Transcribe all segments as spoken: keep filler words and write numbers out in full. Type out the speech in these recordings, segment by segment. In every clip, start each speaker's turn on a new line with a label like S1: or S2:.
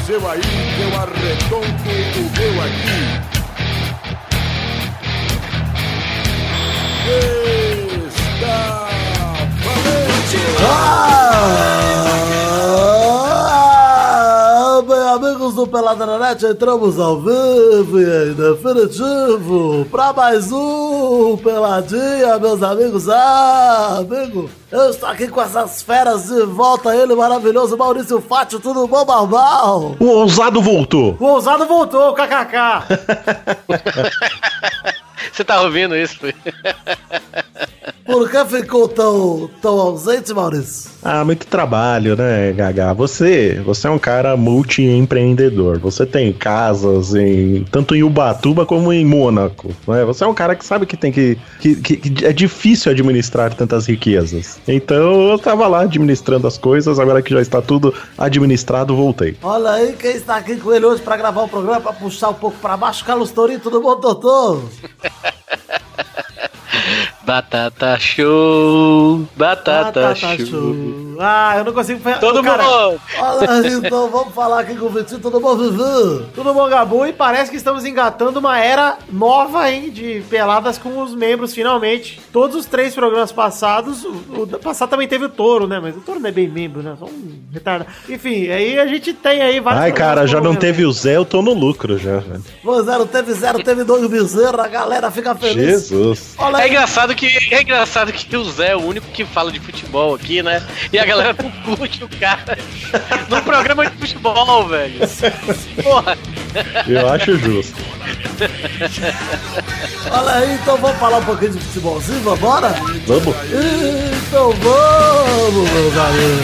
S1: seu aí, que eu arredondo o meu aqui. Está valente!
S2: Ah, bem, amigos do Pelada na Net, entramos ao vivo e em definitivo pra mais um Peladinha, meus amigos. Ah, amigo, eu estou aqui com essas feras de volta, ele maravilhoso, Maurício Fátio, tudo bom, Barbal?
S3: O ousado voltou.
S2: O ousado voltou, kkk.
S4: Você tá ouvindo isso?
S2: Por que ficou tão, tão ausente, Maurício?
S3: Ah, muito trabalho, né, Gagá? Você, você é um cara multi-empreendedor. Você tem casas em, tanto em Ubatuba como em Mônaco, né? Você é um cara que sabe que tem que, que, que, que é difícil administrar tantas riquezas. Então eu tava lá administrando as coisas, agora que já está tudo administrado, voltei.
S2: Olha aí quem está aqui com ele hoje pra gravar o programa, pra puxar um pouco pra baixo, Carlos Torinho, tudo bom, doutor?
S4: Batata show, batata, batata show. show.
S2: Ah, eu não consigo...
S4: Todo
S2: cara,
S4: mundo!
S2: Olha, então vamos falar aqui com o Vitinho. Tudo bom, Vivi?
S5: Tudo bom, Gabu? E parece que estamos engatando uma era nova, hein, de peladas com os membros, finalmente. Todos os três programas passados, o, o passado também teve o Touro, né? Mas o Touro não é bem membro, né? Só um retardado. Enfim, aí a gente tem aí vários...
S3: Ai, cara, já não teve o Zé, eu tô no lucro já, velho.
S2: Pois é, não teve zero, teve dois bezerros, a galera fica feliz.
S3: Jesus.
S4: Olha é engraçado que é engraçado que o Zé é o único que fala de futebol aqui, né? E a galera não curte o cara no programa de futebol, velho. Porra.
S3: Eu acho justo.
S2: Olha aí, então vamos falar um pouquinho de futebolzinho, vambora?
S3: Vamos.
S2: Então vamos, meus amigos.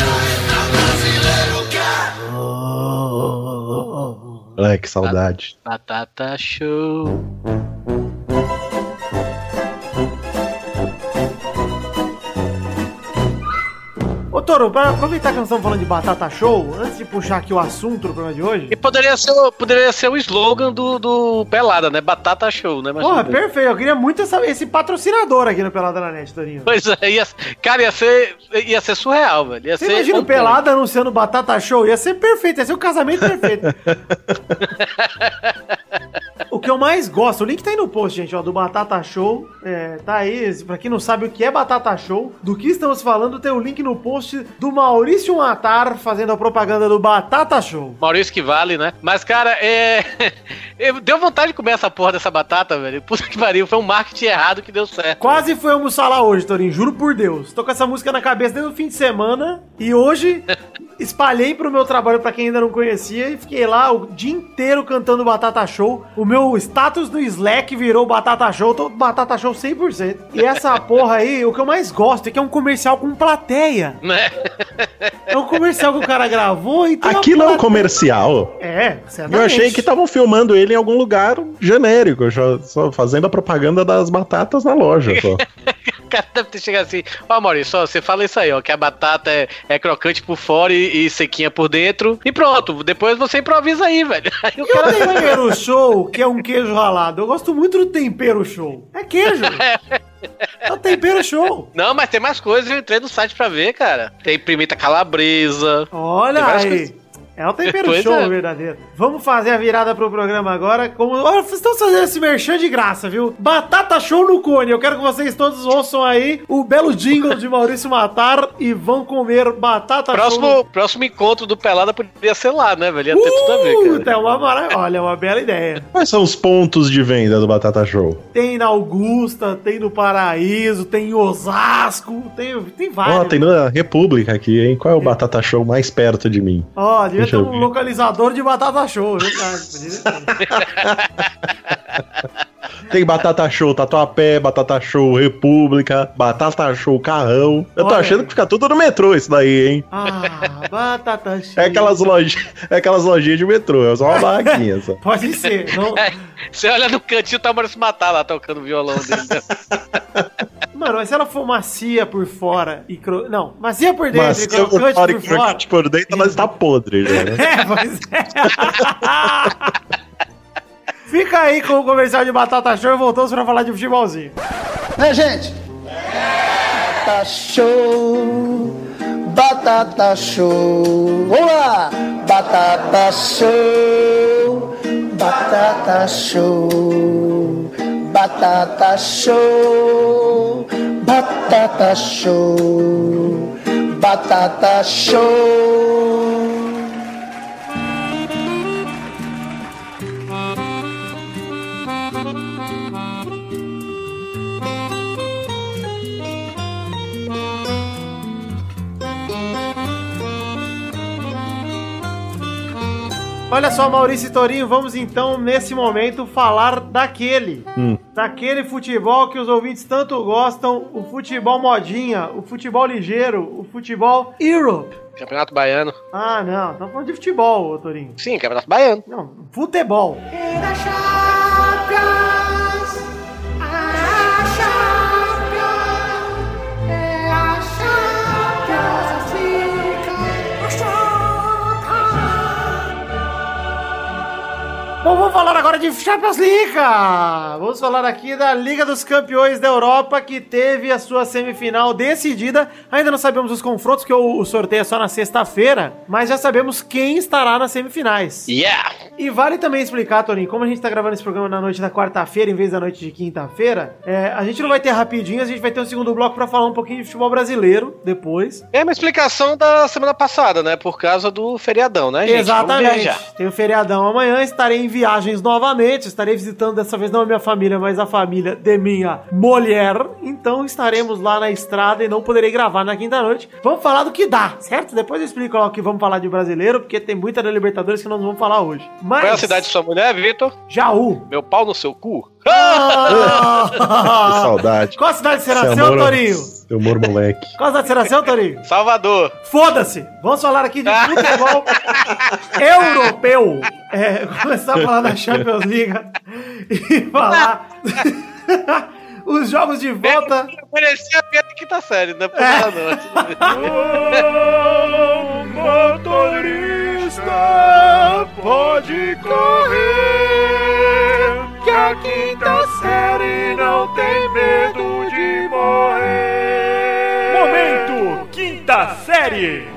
S3: Ai, que saudade.
S4: Batata show.
S5: Ô, Toro, pra aproveitar que nós estamos falando de Batata Show, antes de puxar aqui o assunto do programa de hoje...
S4: E poderia ser, poderia ser o slogan do, do Pelada, né? Batata Show, né? Mas
S5: porra, perfeito. Eu queria muito essa, esse patrocinador aqui no Pelada na Net, Torinho.
S4: Pois é, ia, cara, ia ser, ia ser surreal, velho. Ia
S5: Você
S4: ser
S5: imagina o Pelada anunciando Batata Show? Ia ser perfeito, ia ser o casamento perfeito. O que eu mais gosto, o link tá aí no post, gente, ó, do Batata Show. É, tá aí, pra quem não sabe o que é Batata Show, do que estamos falando, tem o link no post do Maurício Matar fazendo a propaganda do Batata Show.
S4: Maurício que vale, né? Mas, cara, é... deu vontade de comer essa porra dessa batata, velho. Puta que pariu, foi um marketing errado que deu certo.
S5: Quase foi almoçar lá hoje, Torinho, juro por Deus. Tô com essa música na cabeça desde o fim de semana e hoje... espalhei pro meu trabalho pra quem ainda não conhecia e fiquei lá o dia inteiro cantando Batata Show. O meu status no Slack virou Batata Show, tô Batata Show cem por cento. E essa porra aí, o que eu mais gosto é que é um comercial com plateia.
S4: Né?
S5: É um comercial que o cara gravou e tem
S3: aquilo é um comercial?
S5: É, certamente.
S3: Eu achei que estavam filmando ele em algum lugar genérico, só fazendo a propaganda das batatas na loja, só.
S4: O cara deve ter chegado assim, ó, oh, Maurício, ó, você fala isso aí, ó, que a batata é, é crocante por fora e, e sequinha por dentro, e pronto, depois você improvisa aí, velho. Aí o
S5: e
S4: cara...
S5: o tempero show, que é um queijo ralado, eu gosto muito do tempero show. É queijo. É o tempero show.
S4: Não, mas tem mais coisas, eu entrei no site pra ver, cara. Tem pimenta calabresa.
S5: Olha aí. Coisas. É o tempero pois show é. verdadeiro. Vamos fazer a virada pro programa agora. Como... Olha, vocês estão fazendo esse merchan de graça, viu? Batata Show no Cone. Eu quero que vocês todos ouçam aí o belo jingle de Maurício Matar e vão comer batata
S4: próximo,
S5: show. No...
S4: Próximo encontro do Pelada poderia ser lá, né, velho? Ia ter uh, tudo a ver, cara.
S5: É uma maravilha. Olha, é uma bela ideia.
S3: Quais são os pontos de venda do Batata Show?
S5: Tem na Augusta, tem no Paraíso, tem em Osasco, tem, tem vários.
S3: Ó, oh, tem na República aqui, hein? Qual é o é. Batata Show mais perto de mim?
S5: Ó, oh, devia ter um localizador de Batata Show, viu,
S3: Tem Batata Show Tatuapé, Batata Show República, Batata Show Carrão. Eu tô Olha achando aí. que fica tudo no metrô isso daí, hein?
S5: Ah, Batata Show.
S3: É aquelas, loja, é aquelas lojinhas de metrô, é só uma barraquinha. Só.
S5: Pode ser. Não...
S4: É, você olha no cantinho, tá o Maurício Matar lá tocando o violão dele.
S5: Mano, mas se ela for macia por fora e cro... Não, macia por dentro
S3: macia
S5: e crocante por, por fora...
S3: crocante por dentro, ela está podre já, né?
S5: É, pois é. Fica aí com o comercial de Batata Show e voltamos pra falar de futebolzinho.
S2: Né, gente? Batata Show, Batata Show. Vamos lá!
S6: Batata show, batata show, batata show, batata show, batata show.
S5: Olha só, Maurício e Torinho, vamos então, nesse momento, falar daquele. Hum. Daquele futebol que os ouvintes tanto gostam, o futebol modinha, o futebol ligeiro, o futebol Europe.
S4: Campeonato Baiano.
S5: Ah, não, estamos falando de futebol, ô, Torinho.
S4: Sim, Campeonato Baiano.
S5: Não, futebol. Bom, vamos falar agora de Champions League. Vamos falar aqui da Liga dos Campeões da Europa, que teve a sua semifinal decidida. Ainda não sabemos os confrontos, porque o sorteio é só na sexta-feira, mas já sabemos quem estará nas semifinais.
S4: Yeah!
S5: E vale também explicar, Toninho, como a gente tá gravando esse programa na noite da quarta-feira, em vez da noite de quinta-feira, é, a gente não vai ter rapidinho, a gente vai ter um segundo bloco pra falar um pouquinho de futebol brasileiro depois.
S4: É uma explicação da semana passada, né? Por causa do feriadão, né, gente?
S5: Exatamente. Tem o feriadão amanhã, estarei em viagens novamente, estarei visitando dessa vez não a minha família, mas a família de minha mulher, então estaremos lá na estrada e não poderei gravar na quinta-noite. Vamos falar do que dá, certo? Depois eu explico lá o que vamos falar de brasileiro, porque tem muita da Libertadores que nós não vamos falar hoje. Mas...
S4: Qual é a cidade de sua mulher, Vitor?
S5: Jaú.
S4: Meu pau no seu cu?
S5: Ah!
S3: Que saudade.
S5: Qual a cidade você nasceu, Torinho?
S3: Seu amor, moleque.
S5: Qual a cidade você nasceu, Torinho?
S4: Salvador.
S5: Foda-se! Vamos falar aqui de futebol europeu. É, começar a falar da Champions League e falar os jogos de volta.
S4: Parecia a piada quinta série, não é por
S5: É.
S4: nada,
S1: O motorista pode correr, que a quinta série não tem medo de morrer. Momento quinta série.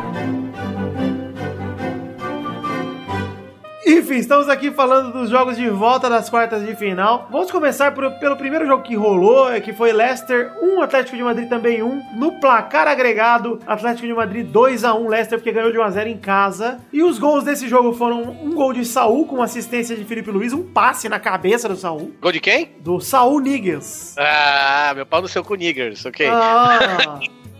S5: Enfim, estamos aqui falando dos jogos de volta das quartas de final. Vamos começar por, pelo primeiro jogo que rolou, é, que foi Leicester um, Atlético de Madrid também um. No placar agregado, Atlético de Madrid dois a um, Leicester porque ganhou de um a zero em casa. E os gols desse jogo foram um gol de Saul com assistência de Felipe Luiz, um passe na cabeça do Saul.
S4: Gol de quem?
S5: Do Saul Níguez.
S4: Ah, meu pau no seu cu, niggers, ok.
S5: Ah...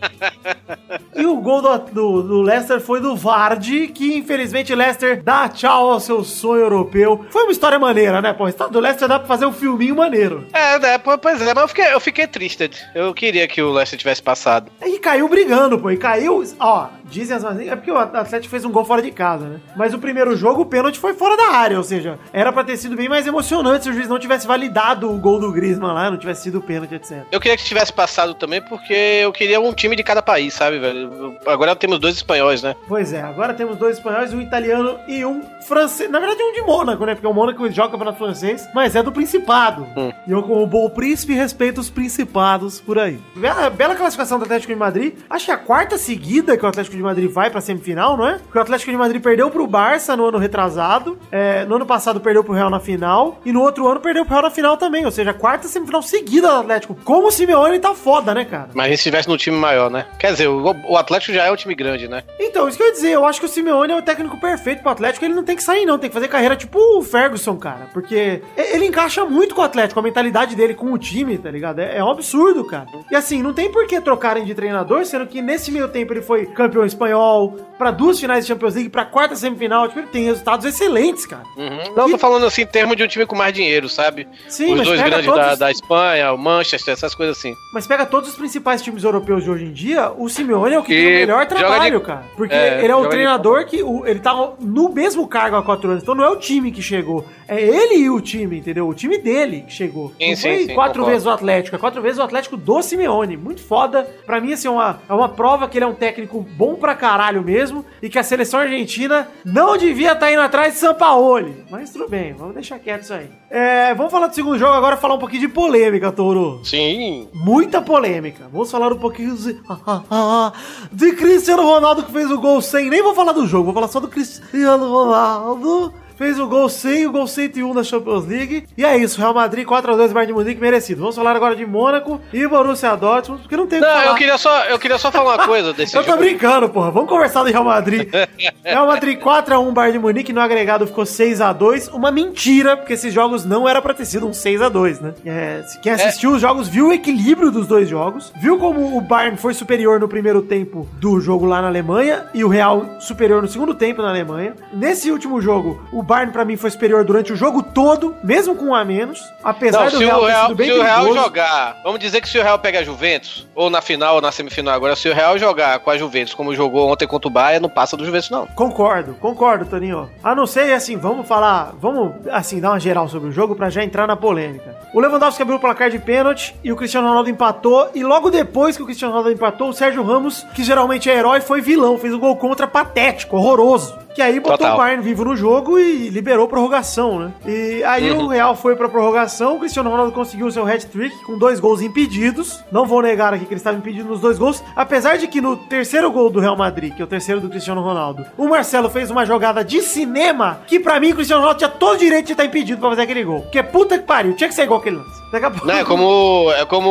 S5: E o gol do, do, do Leicester foi do Vardy, que infelizmente Leicester dá tchau ao seu sonho europeu. Foi uma história maneira, né, pô? O estado do Leicester dá pra fazer um filminho maneiro.
S4: É, né, pois é, mas eu fiquei, eu fiquei triste. Eu queria que o Leicester tivesse passado.
S5: E caiu brigando, pô. E caiu, ó, dizem as mais... É porque o Atlético fez um gol fora de casa, né? Mas o primeiro jogo, o pênalti foi fora da área, ou seja, era pra ter sido bem mais emocionante se o juiz não tivesse validado o gol do Griezmann lá, não tivesse sido o pênalti, etcétera.
S4: Eu queria que tivesse passado também, porque eu queria um time de cada país, sabe, velho? Agora temos dois espanhóis, né?
S5: Pois é, agora temos dois espanhóis, um italiano e um francês. Na verdade, um de Mônaco, né? Porque o Mônaco joga campeonato francês, mas é do Principado. Hum. E eu, como bom príncipe, respeito os principados por aí. Bela, bela classificação do Atlético de Madrid. Acho que é a quarta seguida que o Atlético de Madrid vai pra semifinal, não é? Porque o Atlético de Madrid perdeu pro Barça no ano retrasado, é, no ano passado perdeu pro Real na final, e no outro ano perdeu pro Real na final também. Ou seja, a quarta semifinal seguida do Atlético. Como o Simeone tá foda, né, cara?
S4: Mas se estivesse no time maior, né? Quer dizer, o, o Atlético já é um time grande, né?
S5: Então, isso que eu ia dizer, eu acho que o Simeone é o técnico perfeito pro Atlético, ele não tem que sair não, tem que fazer carreira tipo o Ferguson, cara, porque ele encaixa muito com o Atlético, a mentalidade dele com o time, tá ligado? É, é um absurdo, cara. E assim, não tem por que trocarem de treinador, sendo que nesse meio tempo ele foi campeão espanhol, pra duas finais de Champions League, pra quarta semifinal, tipo, ele tem resultados excelentes, cara.
S4: Uhum. Não,
S5: e...
S4: tô falando assim, em termos de um time com mais dinheiro, sabe?
S5: Sim,
S4: os
S5: mas
S4: dois
S5: pega
S4: grandes
S5: todos...
S4: da, da Espanha, o Manchester, essas coisas assim.
S5: Mas pega todos os principais times europeus de hoje em dia, o Simeone é o que e tem o melhor trabalho, de... cara. Porque é, ele é o treinador de... que o, ele tá no mesmo cargo há quatro anos. Então não é o time que chegou, é ele e o time, entendeu? O time dele que chegou.
S4: Sim,
S5: não
S4: sim,
S5: foi
S4: sim,
S5: quatro
S4: concordo.
S5: vezes o Atlético, é quatro vezes o Atlético do Simeone. Muito foda. Pra mim, assim, é uma, é uma prova que ele é um técnico bom bom pra caralho mesmo e que a seleção argentina não devia estar indo atrás de Sampaoli. Mas tudo bem, vamos deixar quieto isso aí. É, vamos falar do segundo jogo agora, falar um pouquinho de polêmica, Touro.
S4: Sim.
S5: Muita polêmica. Vamos falar um pouquinho de, de Cristiano Ronaldo, que fez o gol sem... Nem vou falar do jogo, vou falar só do Cristiano Ronaldo. Fez o gol cem, o gol cento e um da Champions League. E é isso, Real Madrid quatro a dois, Bayern de Munique, merecido. Vamos falar agora de Mônaco e Borussia Dortmund, porque não tem o que
S4: Não,
S5: falar.
S4: eu queria, só, eu queria só falar uma coisa desse
S5: Eu
S4: jogo.
S5: tô brincando, porra. Vamos conversar do Real Madrid. Real Madrid quatro a um, Bayern de Munique, no agregado ficou seis a dois. Uma mentira, porque esses jogos não era pra ter sido um seis a dois, né? É, quem assistiu é. os jogos viu o equilíbrio dos dois jogos, viu como o Bayern foi superior no primeiro tempo do jogo lá na Alemanha e o Real superior no segundo tempo na Alemanha. Nesse último jogo, o Bayern pra mim foi superior durante o jogo todo, mesmo com um a menos, apesar
S4: não,
S5: do
S4: se
S5: Real
S4: o
S5: ter
S4: Real,
S5: sido bem
S4: se o Real
S5: perigoso.
S4: jogar, vamos dizer que se o Real pega a Juventus, ou na final ou na semifinal agora, se o Real jogar com a Juventus como jogou ontem contra o Bayern, não passa do Juventus não.
S5: Concordo, concordo, Toninho. A não ser, assim, vamos falar, vamos, assim, dar uma geral sobre o jogo pra já entrar na polêmica. O Lewandowski abriu o placar de pênalti e o Cristiano Ronaldo empatou, e logo depois que o Cristiano Ronaldo empatou, o Sérgio Ramos, que geralmente é herói, foi vilão, fez um gol contra patético, horroroso. Que aí botou Total. o Bayern vivo no jogo e liberou prorrogação, né? E aí uhum. o Real foi pra prorrogação, o Cristiano Ronaldo conseguiu o seu hat-trick com dois gols impedidos. Não vou negar aqui que ele estava impedido nos dois gols, apesar de que no terceiro gol do Real Madrid, que é o terceiro do Cristiano Ronaldo, o Marcelo fez uma jogada de cinema que pra mim o Cristiano Ronaldo tinha todo o direito de estar impedido pra fazer aquele gol. Porque puta que pariu, tinha que ser igual aquele lance.
S4: Não, é como, é como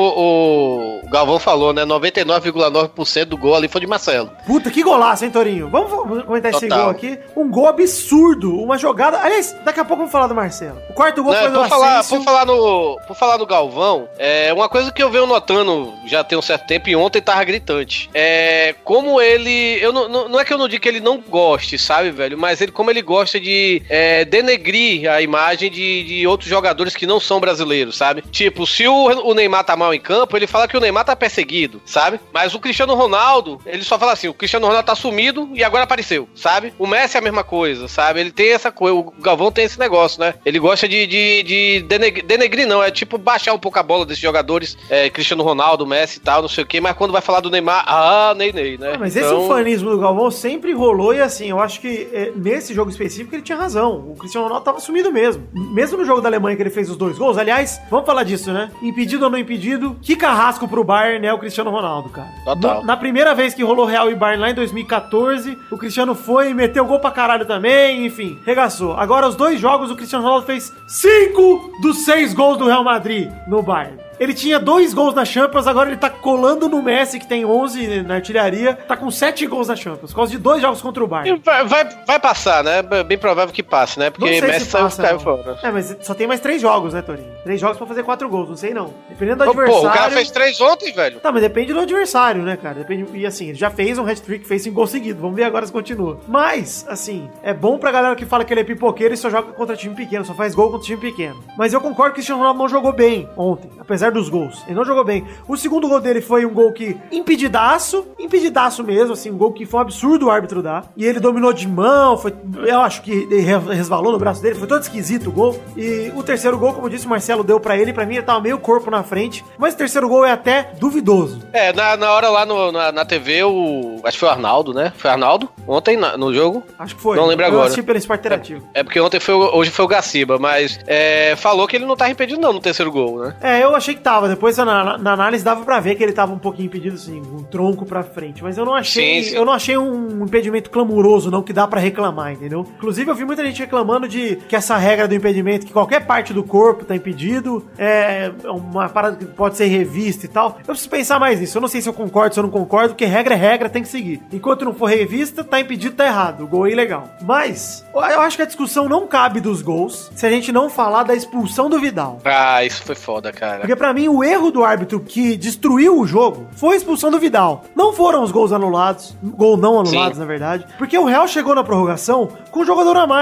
S4: o Galvão falou, né? noventa e nove vírgula nove por cento do gol ali foi de Marcelo.
S5: Puta, que golaço, hein, Torinho? Vamos, vamos comentar Total. esse gol aqui. Um gol absurdo, uma jogada... Aliás, daqui a pouco vamos falar do Marcelo. O quarto gol
S4: Não,
S5: foi do
S4: por falar,
S5: Asensio.
S4: por falar no Por falar no Galvão, é uma coisa que eu venho notando já tem um certo tempo e ontem tava gritante. É como ele... Eu não, não, não é que eu não digo que ele não goste, sabe, velho? Mas ele, como ele gosta de é, denegrir a imagem de, de outros jogadores que não são brasileiros, sabe? Tipo, se o, o Neymar tá mal em campo, ele fala que o Neymar tá perseguido, sabe? Mas o Cristiano Ronaldo, ele só fala assim, o Cristiano Ronaldo tá sumido e agora apareceu, sabe? O Messi é a mesma coisa, sabe? Ele tem essa coisa, o Galvão tem esse negócio, né? Ele gosta de, de, de denegrir, denegrir, não, é tipo baixar um pouco a bola desses jogadores, é, Cristiano Ronaldo, Messi e tal, não sei o quê, mas quando vai falar do Neymar, ah, Ney, Ney, né?
S5: Ah, mas
S4: então...
S5: esse ufanismo do Galvão sempre rolou e assim, eu acho que é, nesse jogo específico ele tinha razão. O Cristiano Ronaldo tava sumido mesmo. Mesmo no jogo da Alemanha que ele fez os dois gols, aliás, vamos falar disso, né? Impedido ou não impedido, que carrasco pro Bayern, né, o Cristiano Ronaldo, cara.
S4: Total.
S5: Na, na primeira vez que rolou Real e Bayern lá em dois mil e quatorze, o Cristiano foi e meteu gol pra caralho também, enfim, regaçou. Agora, os dois jogos, o Cristiano Ronaldo fez cinco dos seis gols do Real Madrid no Bayern. Ele tinha dois gols na Champions, agora ele tá colando no Messi, que tem onze na artilharia, tá com sete gols na Champions, por causa de dois jogos contra o Bayern.
S4: Vai, vai, vai passar, né? Bem provável que passe, né? Porque Messi saiu fora.
S5: É, mas só tem mais três jogos, né, Torinho? Três jogos pra fazer quatro gols, não sei não. Dependendo do
S4: Ô,
S5: adversário...
S4: Pô, o cara fez três ontem, velho.
S5: Tá, mas depende do adversário, né, cara? Depende... E assim, ele já fez um hat-trick, fez cinco gols seguidos. Vamos ver agora se continua. Mas, assim, é bom pra galera que fala que ele é pipoqueiro e só joga contra time pequeno, só faz gol contra time pequeno. Mas eu concordo que o Cristiano Ronaldo não jogou bem ontem, apesar dos gols. Ele não jogou bem. O segundo gol dele foi um gol que impedidaço, impedidaço mesmo, assim, um gol que foi um absurdo o árbitro dar. E ele dominou de mão, foi, eu acho que ele resvalou no braço dele, foi todo esquisito o gol. E o terceiro gol, como eu disse, o Marcelo deu pra ele, pra mim ele tava meio corpo na frente, mas o terceiro gol é até duvidoso.
S4: É, na, na hora lá no, na, na T V, o acho que foi o Arnaldo, né? Foi o Arnaldo ontem na, no jogo?
S5: Acho que foi.
S4: Não lembro
S5: eu
S4: agora.
S5: Eu assisti pelo Esporte Interativo.
S4: É, é porque ontem foi, hoje foi o Gaciba, mas é, falou que ele não tava impedido não no terceiro gol, né?
S5: É, eu achei que tava, depois na, na, na análise dava pra ver que ele tava um pouquinho impedido, assim, um tronco pra frente. Mas eu não achei, sim, sim. eu não achei um impedimento clamoroso, não, que dá pra reclamar, entendeu? Inclusive, eu vi muita gente reclamando de que essa regra do impedimento, que qualquer parte do corpo tá impedido, é uma parada que pode ser revista e tal. Eu preciso pensar mais nisso. Eu não sei se eu concordo, se eu não concordo, porque regra é regra, tem que seguir. Enquanto não for revista, tá impedido, tá errado. O gol é ilegal. Mas, eu acho que a discussão não cabe dos gols se a gente não falar da expulsão do Vidal.
S4: Ah, isso foi foda, cara.
S5: Porque pra mim, o erro do árbitro que destruiu o jogo foi a expulsão do Vidal. Não foram os gols anulados, gol não anulados, sim, na verdade, porque o Real chegou na prorrogação com um jogador a mais.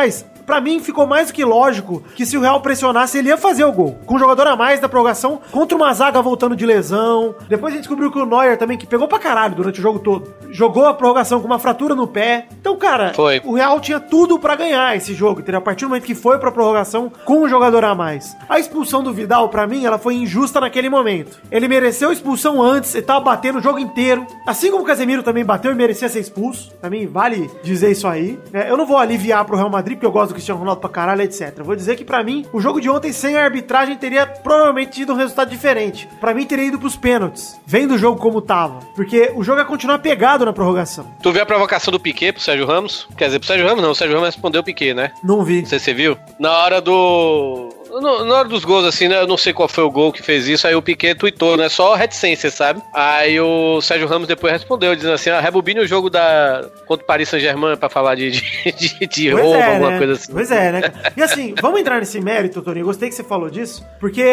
S5: pra mim ficou mais do que lógico que se o Real pressionasse, ele ia fazer o gol. Com um jogador a mais da prorrogação, contra uma zaga voltando de lesão. Depois a gente descobriu que o Neuer também, que pegou pra caralho durante o jogo todo, jogou a prorrogação com uma fratura no pé. Então, cara, foi. O Real tinha tudo pra ganhar esse jogo, entendeu? A partir do momento que foi pra prorrogação com um jogador a mais. A expulsão do Vidal, pra mim, ela foi injusta naquele momento. Ele mereceu a expulsão antes, ele tava batendo o jogo inteiro. Assim como o Casemiro também bateu e merecia ser expulso. Pra mim, vale dizer isso aí. É, eu não vou aliviar pro Real Madrid, porque eu gosto do Cristiano Ronaldo pra caralho, etcétera. Eu vou dizer que, pra mim, o jogo de ontem, sem a arbitragem, teria provavelmente tido um resultado diferente. Pra mim, teria ido pros pênaltis, vendo o jogo como tava. Porque o jogo ia continuar pegado na prorrogação.
S4: Tu viu a provocação do Piquet pro Sérgio Ramos? Quer dizer, pro Sérgio Ramos não, o Sérgio Ramos respondeu o Piquet, né?
S5: Não vi.
S4: Não sei se você viu. Na hora do... No, na hora dos gols, assim, né? Eu não sei qual foi o gol que fez isso. Aí o Piquet tweetou, né? Só reticência, sabe? Aí o Sérgio Ramos depois respondeu, dizendo assim: ah, rebobine o jogo da contra o Paris Saint-Germain pra falar de, de, de, de roubo, é, alguma
S5: né?
S4: coisa assim.
S5: Pois é, né? E assim, vamos entrar nesse mérito, Toninho. Gostei que você falou disso, porque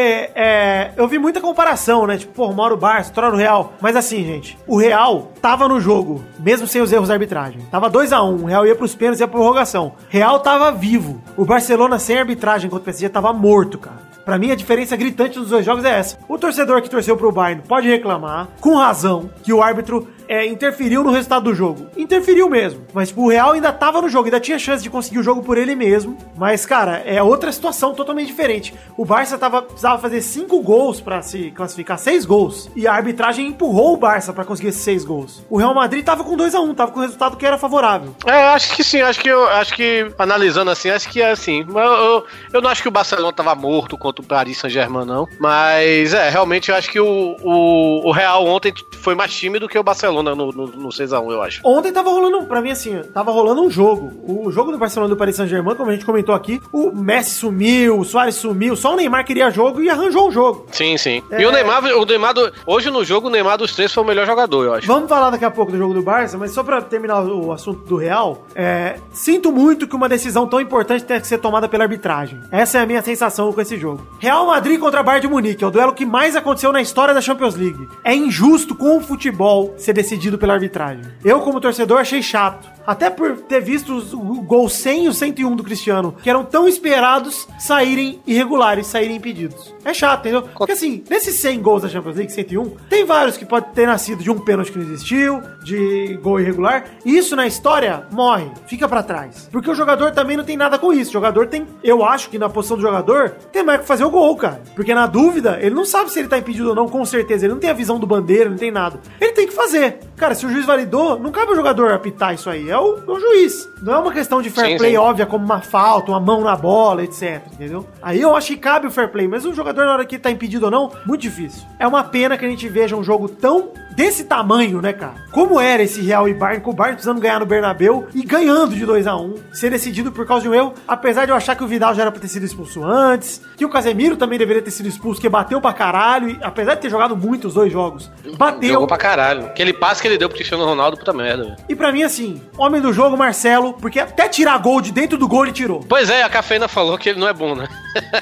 S5: é, eu vi muita comparação, né? Tipo, pô, uma hora o Barça, outra hora o Real. Mas assim, gente, o Real tava no jogo, mesmo sem os erros da arbitragem. Tava dois a um, o Real ia pros pênaltis e ia pra prorrogação. Real tava vivo. O Barcelona sem arbitragem contra o P S G tava morto, cara. Pra mim, a diferença gritante dos dois jogos é essa. O torcedor que torceu pro Bayern pode reclamar, com razão, que o árbitro é, interferiu no resultado do jogo. Interferiu mesmo. Mas tipo, o Real ainda tava no jogo, ainda tinha chance de conseguir o jogo por ele mesmo. Mas, cara, é outra situação totalmente diferente. O Barça tava, precisava fazer cinco gols pra se classificar, seis gols. E a arbitragem empurrou o Barça pra conseguir esses seis gols. O Real Madrid tava com dois a um, tava com um resultado que era favorável.
S4: É, acho que sim, acho que eu acho que, analisando assim, acho que é assim. Eu, eu, eu não acho que o Barcelona tava morto contra o Paris Saint-Germain, não. Mas, é, realmente eu acho que o, o, o Real ontem foi mais time do que o Barcelona no, no, no seis a um, eu acho.
S5: Ontem tava rolando, pra mim assim, tava rolando um jogo. O jogo do Barcelona e do Paris Saint-Germain, como a gente comentou aqui, o Messi sumiu, o Suárez sumiu, só o Neymar queria jogo e arranjou o jogo.
S4: Sim, sim. É... E o Neymar, o Neymar do, hoje no jogo, o Neymar dos três foi o melhor jogador, eu acho.
S5: Vamos falar daqui a pouco do jogo do Barça, mas só pra terminar o assunto do Real, é, sinto muito que uma decisão tão importante tenha que ser tomada pela arbitragem. Essa é a minha sensação com esse jogo. Real Madrid contra Bayern de Munique, é o duelo que mais aconteceu na história da Champions League. É injusto com o futebol ser decidido pela arbitragem. Eu, como torcedor, achei chato. Até por ter visto os, o gol cem e o cento e um do Cristiano, que eram tão esperados, saírem irregulares, saírem impedidos. É chato, entendeu? Porque assim, nesses cem gols da Champions League, cento e um, tem vários que podem ter nascido de um pênalti que não existiu, de gol irregular. E isso na história morre, fica pra trás. Porque o jogador também não tem nada com isso. O jogador tem, eu acho que na posição do jogador, tem mais que fazer o gol, cara. Porque na dúvida, ele não sabe se ele tá impedido ou não, com certeza. Ele não tem a visão do bandeira, não tem nada. Ele tem que fazer. Cara, se o juiz validou, não cabe o jogador apitar isso aí. É o, é o juiz. Não é uma questão de fair sim, play sim. óbvia, como uma falta, uma mão na bola, etcétera. Entendeu? Aí eu acho que cabe o fair play. Mas o jogador, na hora que tá impedido ou não, muito difícil. É uma pena que a gente veja um jogo tão desse tamanho, né, cara? Como era esse Real e Bayern, com o Bayern precisando ganhar no Bernabéu e ganhando de dois a um, ser decidido por causa de um erro, apesar de eu achar que o Vidal já era pra ter sido expulso antes, que o Casemiro também deveria ter sido expulso, que bateu pra caralho, e, apesar de ter jogado muito os dois jogos, bateu.
S4: Jogou pra caralho. Aquele passe que ele deu pro Cristiano Ronaldo, puta merda, velho.
S5: E pra mim, assim, homem do jogo, Marcelo, porque até tirar gol de dentro do gol ele tirou.
S4: Pois é, a Cafeína falou que ele não é bom, né?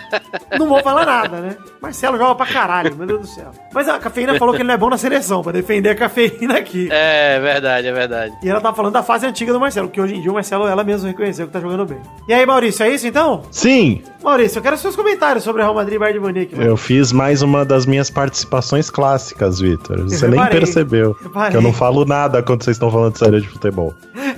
S5: Não vou falar nada, né? Marcelo joga pra caralho, meu Deus do céu. Mas a Cafeína falou que ele não é bom na seleção, pra defender a Cafeína aqui.
S4: É, verdade, é verdade.
S5: E ela tava falando da fase antiga do Marcelo, que hoje em dia o Marcelo, ela mesma reconheceu que tá jogando bem. E aí, Maurício, é isso então?
S3: Sim.
S5: Maurício, eu quero seus comentários sobre Real Madrid e Bayern de Munique. Mano.
S3: Eu fiz mais uma das minhas participações clássicas, Vitor. Você
S5: eu
S3: nem
S5: reparei,
S3: percebeu.
S5: Reparei.
S3: Que eu não falo nada quando vocês estão falando sério de futebol.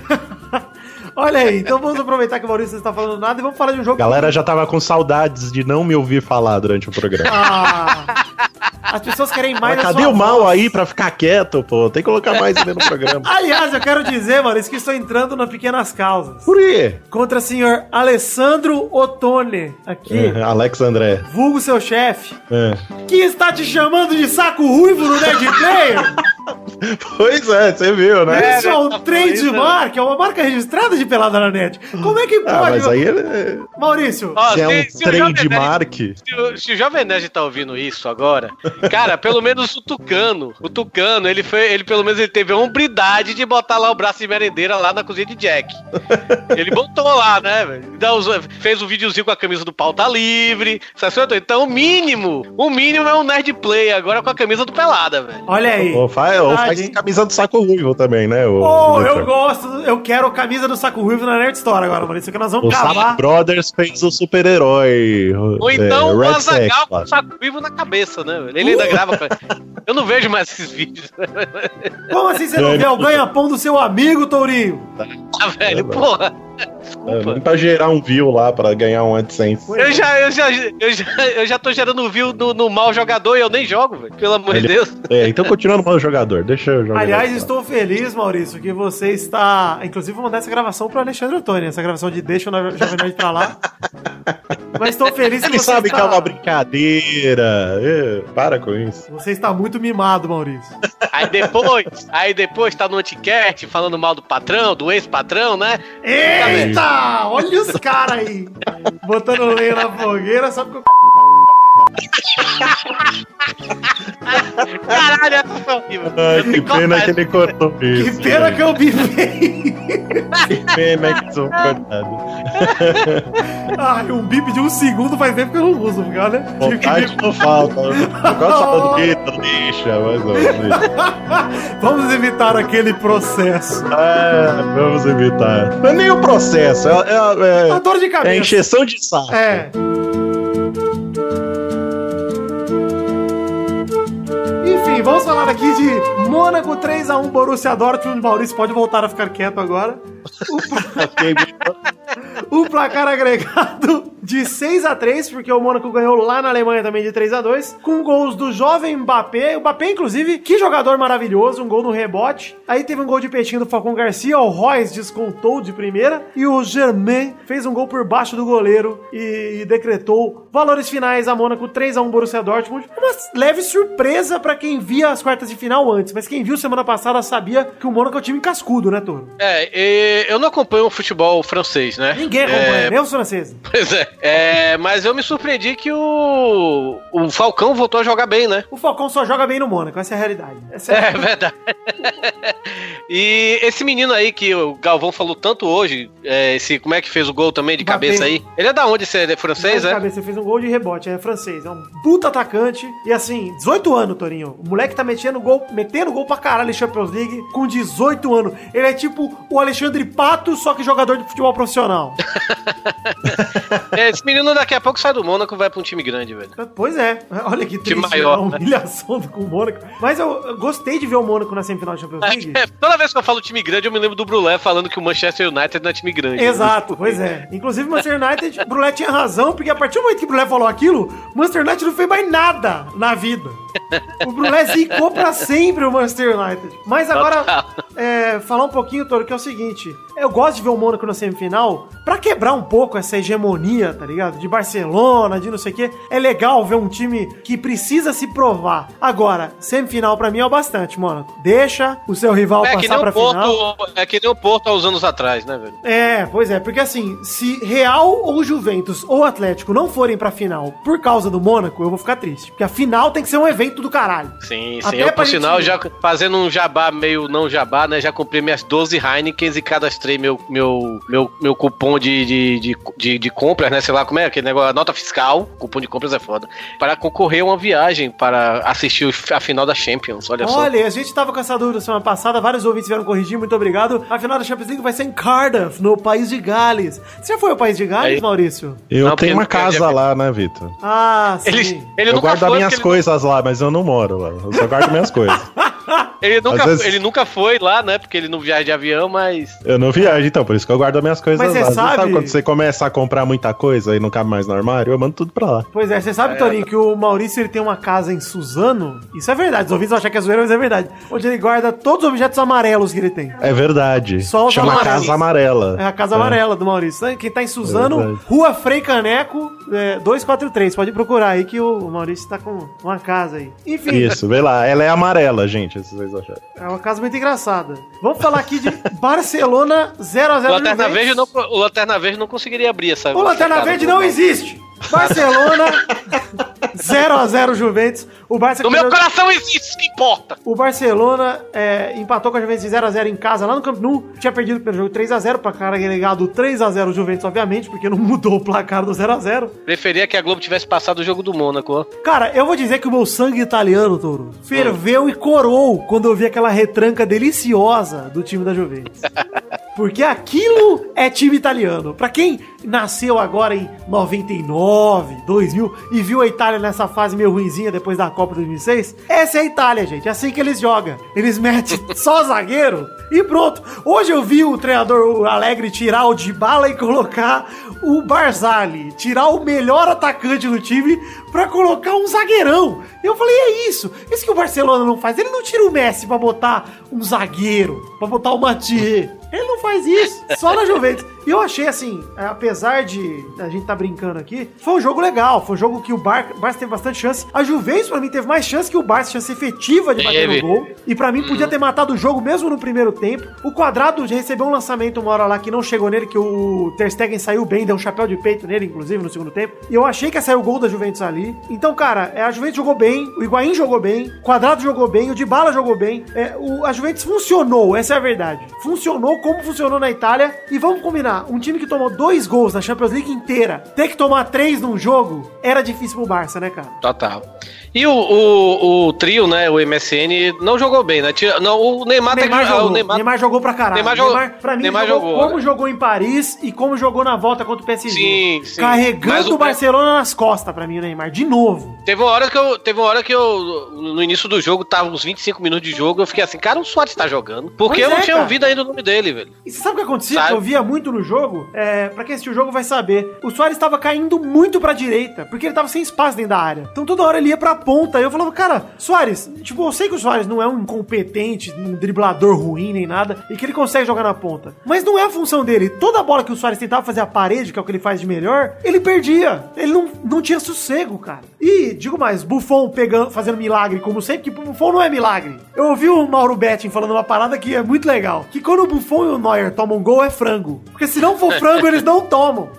S5: Olha aí, então vamos aproveitar que o Maurício não está falando nada e vamos falar de um jogo...
S3: Galera que... já tava com saudades de não me ouvir falar durante o programa.
S5: Ah, as pessoas querem mais
S3: Mas cadê o mal voz? Aí pra ficar quieto, pô? Tem que colocar mais dentro do programa.
S5: Aliás, eu quero dizer, Maurício, que estou entrando na Pequenas Causas.
S3: Por quê?
S5: Contra o senhor Alessandro Ottone, aqui.
S3: É, Alex André.
S5: Vulgo seu chefe.
S3: É.
S5: Que está te chamando de saco ruivo no Nerd Player.
S3: Pois é, você viu, né?
S5: Isso é um trademark, é uma marca registrada de Pelada na Net. Como é que pode? Ah,
S3: mas aí ele...
S5: Maurício.
S4: Ó,
S3: se é um
S4: se
S3: trademark...
S4: Se o, se o Jovem Nerd tá ouvindo isso agora, cara, pelo menos o Tucano, o Tucano, ele foi, ele pelo menos ele teve a hombridade de botar lá o braço de merendeira lá na cozinha de Jack. Ele botou lá, né, velho? Fez um videozinho com a camisa do Pau Tá Livre, sabe? Então o mínimo, o mínimo é um Nerd Play agora com a camisa do Pelada, velho.
S5: Olha aí.
S3: Pô, faz Faz, ou faz camisa do saco ruivo também, né? O,
S5: oh,
S3: o
S5: eu gosto, eu quero a camisa do saco ruivo na Nerd Store agora, mano. Isso que nós vamos
S3: o
S5: cavar.
S3: Saco Brothers fez o super-herói.
S4: Ou então
S3: é,
S4: o
S3: Red
S4: Azaghal
S3: Sex,
S4: com o saco ruivo na cabeça, né? Ele ainda grava. Com... Eu não vejo mais esses vídeos.
S5: Como assim você não vê o ganha-pão do seu amigo, Tourinho?
S4: Ah, velho, é, porra.
S3: Desculpa. É, pra gerar um view lá, pra ganhar um AdSense.
S4: Eu já, eu já, eu já, eu já tô gerando view no, no mau jogador e eu nem jogo, velho. Pelo amor de Deus.
S3: É, então continuando o mau jogador, deixa eu jogar.
S5: Aliás, estou feliz, Maurício, que você está... Inclusive, vou mandar essa gravação pro Alexandre Antônio, essa gravação de Deixa o Jovem Nerd pra lá. Mas estou feliz que
S3: Ele
S5: você
S3: sabe
S5: está...
S3: que é uma brincadeira. É, para com isso.
S5: Você está muito mimado, Maurício.
S4: Aí depois, aí depois tá no anticast falando mal do patrão, do ex-patrão, né?
S5: Eita! Olha os caras aí! Botando lenha na fogueira só porque eu...
S4: Caralho, essa foi horrível.
S3: Ai, que pena que ele cortou isso.
S5: Que pena que eu bipei.
S3: Que pena que isso foi cortado.
S5: Ai, um bip de um segundo faz tempo que eu não uso, porque olha...
S3: Vontade não falta. Eu gosto falando que deixa, mas não, deixa.
S5: Vamos evitar aquele processo.
S3: É, vamos evitar. Não é nem o processo, é, é, é
S5: a dor de cabeça.
S3: É encheção de saco.
S5: É. Enfim, vamos falar aqui de Mônaco três a um Borussia Dortmund. Maurício pode voltar a ficar quieto agora. O, pla... o placar agregado de seis a três, porque o Mônaco ganhou lá na Alemanha também de três a dois, com gols do jovem Mbappé. O Mbappé, inclusive, que jogador maravilhoso, um gol no rebote. Aí teve um gol de peitinho do Falcão Garcia, o Royce descontou de primeira, e o Germain fez um gol por baixo do goleiro e, e decretou valores finais a Mônaco três a um Borussia Dortmund. Uma leve surpresa pra quem via as quartas de final antes, mas quem viu semana passada sabia que o Mônaco é um time cascudo, né, Toro?
S4: É, e eu não acompanho o futebol francês, né?
S5: Ninguém acompanha,
S4: é...
S5: nem os franceses.
S4: Pois é. é, mas eu me surpreendi que o o Falcão voltou a jogar bem, né?
S5: O Falcão só joga bem no Mônaco, essa é a realidade. Essa
S4: é... é verdade. E esse menino aí que o Galvão falou tanto hoje, é, esse, como é que fez o gol também de
S5: Mbappé.
S4: Cabeça aí? Ele é da onde? Você é francês,
S5: de
S4: é?
S5: Cabeça, ele fez um gol de rebote, é francês, é um puta atacante. E assim, dezoito anos, Torinho. O moleque tá metendo gol, metendo gol pra caralho em Champions League com dezoito anos. Ele é tipo o Alexandre Pato, só que jogador de futebol profissional.
S4: É, esse menino daqui a pouco sai do Mônaco e vai pra um time grande, velho.
S5: Pois é. Olha que triste,
S4: maior,
S5: a humilhação né? com o Mônaco. Mas eu, eu gostei de ver o Mônaco na semifinal de Champions League.
S4: É, toda vez que eu falo time grande, eu me lembro do Brulé falando que o Manchester United não é time grande.
S5: Exato, pois é. Inclusive o Manchester United, o Brulé tinha razão, porque a partir do momento que o Brulé falou aquilo, o Manchester United não fez mais nada na vida. O Brulé zicou pra sempre o Manchester United. Mas agora, é, falar um pouquinho, Toro, que é o seguinte. Eu gosto de ver o Mônaco na semifinal pra quebrar um pouco essa hegemonia, tá ligado? De Barcelona, de não sei o quê. É legal ver um time que precisa se provar. Agora, semifinal pra mim é o bastante, Mônaco. Deixa o seu rival
S4: é,
S5: passar
S4: que nem
S5: pra
S4: o Porto,
S5: final.
S4: É que nem o Porto há uns anos atrás, né, velho?
S5: É, pois é. Porque assim, se Real ou Juventus ou Atlético não forem pra final por causa do Mônaco, eu vou ficar triste. Porque a final tem que ser um evento do caralho.
S4: Sim, sim.
S5: Até
S4: Eu, por
S5: gente...
S4: sinal, já fazendo um jabá meio não jabá, né? Já comprei minhas doze Heinekens e cadastrei meu, meu, meu, meu cupom de, de, de, de, de compras, né? Sei lá como é aquele negócio, nota fiscal. Cupom de compras é foda. Para concorrer a uma viagem para assistir a final da Champions. Olha, olha só.
S5: Olha, a gente tava com essa dúvida semana passada, vários ouvintes vieram corrigir, muito obrigado. A final da Champions League vai ser em Cardiff, no país de Gales. Você já foi ao país de Gales,
S4: Aí...
S5: Maurício?
S3: Eu
S4: não,
S3: tenho uma casa
S4: já...
S3: lá, né, Vitor?
S5: Ah, sim.
S4: Ele, ele
S3: eu
S4: nunca
S3: guardo
S4: foi,
S3: minhas
S4: ele
S3: coisas não... lá, mas eu não moro lá. Eu só guardo minhas coisas.
S4: Ele nunca,
S3: vezes...
S4: ele nunca foi lá, né? Porque ele não viaja de avião, mas...
S3: Eu não viajo, então, por isso que eu guardo as minhas coisas
S5: mas
S3: lá.
S5: Você sabe...
S3: sabe quando você começa a comprar muita coisa e não cabe mais no armário? Eu mando tudo pra lá.
S5: Pois é, você sabe, é... Torinho, que o Maurício ele tem uma casa em Suzano? Isso é verdade, os ouvintes vão achar que é zoeira, mas é verdade. Onde ele guarda todos os objetos amarelos que ele tem.
S3: É verdade.
S5: Só os
S3: Chama
S5: amarelos.
S3: Casa Amarela.
S5: É a Casa é. Amarela do Maurício. Quem tá em Suzano, é Rua Frei Caneco, é, dois quatro três. Pode procurar aí que o Maurício tá com uma casa aí. Enfim.
S3: Isso, vê lá. Ela é amarela, gente, se vocês acharem.
S5: É uma casa muito engraçada. Vamos falar aqui de Barcelona zero a zero.
S4: O Lanterna Verde não, o Lanterna Verde não conseguiria abrir essa...
S5: O Lanterna Verde não existe. Barcelona zero a zero Juventus. O Barça
S4: no meu coração existe, isso que importa.
S5: O Barcelona é, empatou com a Juventus de zero a zero em casa lá no Camp Nou. Tinha perdido pelo jogo três a zero pra cara agregado três a zero Juventus, obviamente, porque não mudou o placar do zero a zero.
S4: Preferia que a Globo tivesse passado o jogo do Mônaco.
S5: Cara, eu vou dizer que o meu sangue italiano, Touro, ferveu hum. e corou quando eu vi aquela retranca deliciosa do time da Juventus. Porque aquilo é time italiano. Pra quem nasceu agora em noventa e nove, dois mil e viu a Itália nessa fase meio ruinzinha depois da Copa dois mil e seis, essa é a Itália, gente. É assim que eles jogam. Eles metem só zagueiro e pronto. Hoje eu vi o treinador Alegre tirar o Dybala e colocar o Barzali, tirar o melhor atacante do time pra colocar um zagueirão. E eu falei, é isso. Isso que o Barcelona não faz. Ele não tira o Messi pra botar um zagueiro, pra botar o Mathieu. Ele não faz isso, só na Juventus. E eu achei assim, apesar de a gente tá brincando aqui, foi um jogo legal, foi um jogo que o Bar Barça teve bastante chance. A Juventus, pra mim, teve mais chance que o Barça, chance efetiva de bater no gol. E pra mim, podia ter matado o jogo mesmo no primeiro tempo. O Quadrado recebeu um lançamento uma hora lá que não chegou nele, que o Ter Stegen saiu bem, deu um chapéu de peito nele, inclusive, no segundo tempo. E eu achei que ia sair o gol da Juventus ali. Então, cara, a Juventus jogou bem, o Higuaín jogou bem, o Quadrado jogou bem, o Dybala jogou bem. É, o, a Juventus funcionou, essa é a verdade. Funcionou como funcionou na Itália. E vamos combinar, um time que tomou dois gols na Champions League inteira, ter que tomar três num jogo, era difícil pro Barça, né, cara?
S4: Total. E o, o, o trio, né, o M S N, não jogou bem, né? Não, o Neymar,
S5: Neymar,
S4: tá,
S5: jogou.
S4: O Neymar...
S5: Neymar jogou pra caralho.
S4: Neymar, jogou,
S5: Neymar pra mim,
S4: Neymar
S5: jogou,
S4: jogou
S5: como jogou em Paris e como jogou na volta contra o P S G.
S4: Sim, sim.
S5: Carregando o Barcelona nas costas pra mim, o Neymar, de novo.
S4: Teve uma hora que eu, teve uma hora que eu, no início do jogo, tava uns vinte e cinco minutos de jogo, eu fiquei assim, cara, o Suárez tá jogando. Porque pois eu não é, tinha cara. ouvido ainda o nome dele, velho.
S5: E você sabe o que acontecia? Que eu via muito no jogo, é, pra quem assistiu o jogo vai saber, o Suárez tava caindo muito pra direita, porque ele tava sem espaço dentro da área. Então toda hora ele ia pra ponta, e eu falava, cara, Suárez, tipo, eu sei que o Suárez não é um incompetente, um driblador ruim nem nada, e que ele consegue jogar na ponta, mas não é a função dele. Toda bola que o Suárez tentava fazer a parede, que é o que ele faz de melhor, ele perdia. Ele não, não tinha sossego, cara. E, digo mais, Buffon pegando, fazendo milagre, como sempre, que Buffon não é milagre. Eu ouvi o Mauro Betting falando uma parada que é muito legal, que quando o Buffon e o Neuer tomam gol, é frango. Porque se não for frango, eles não tomam.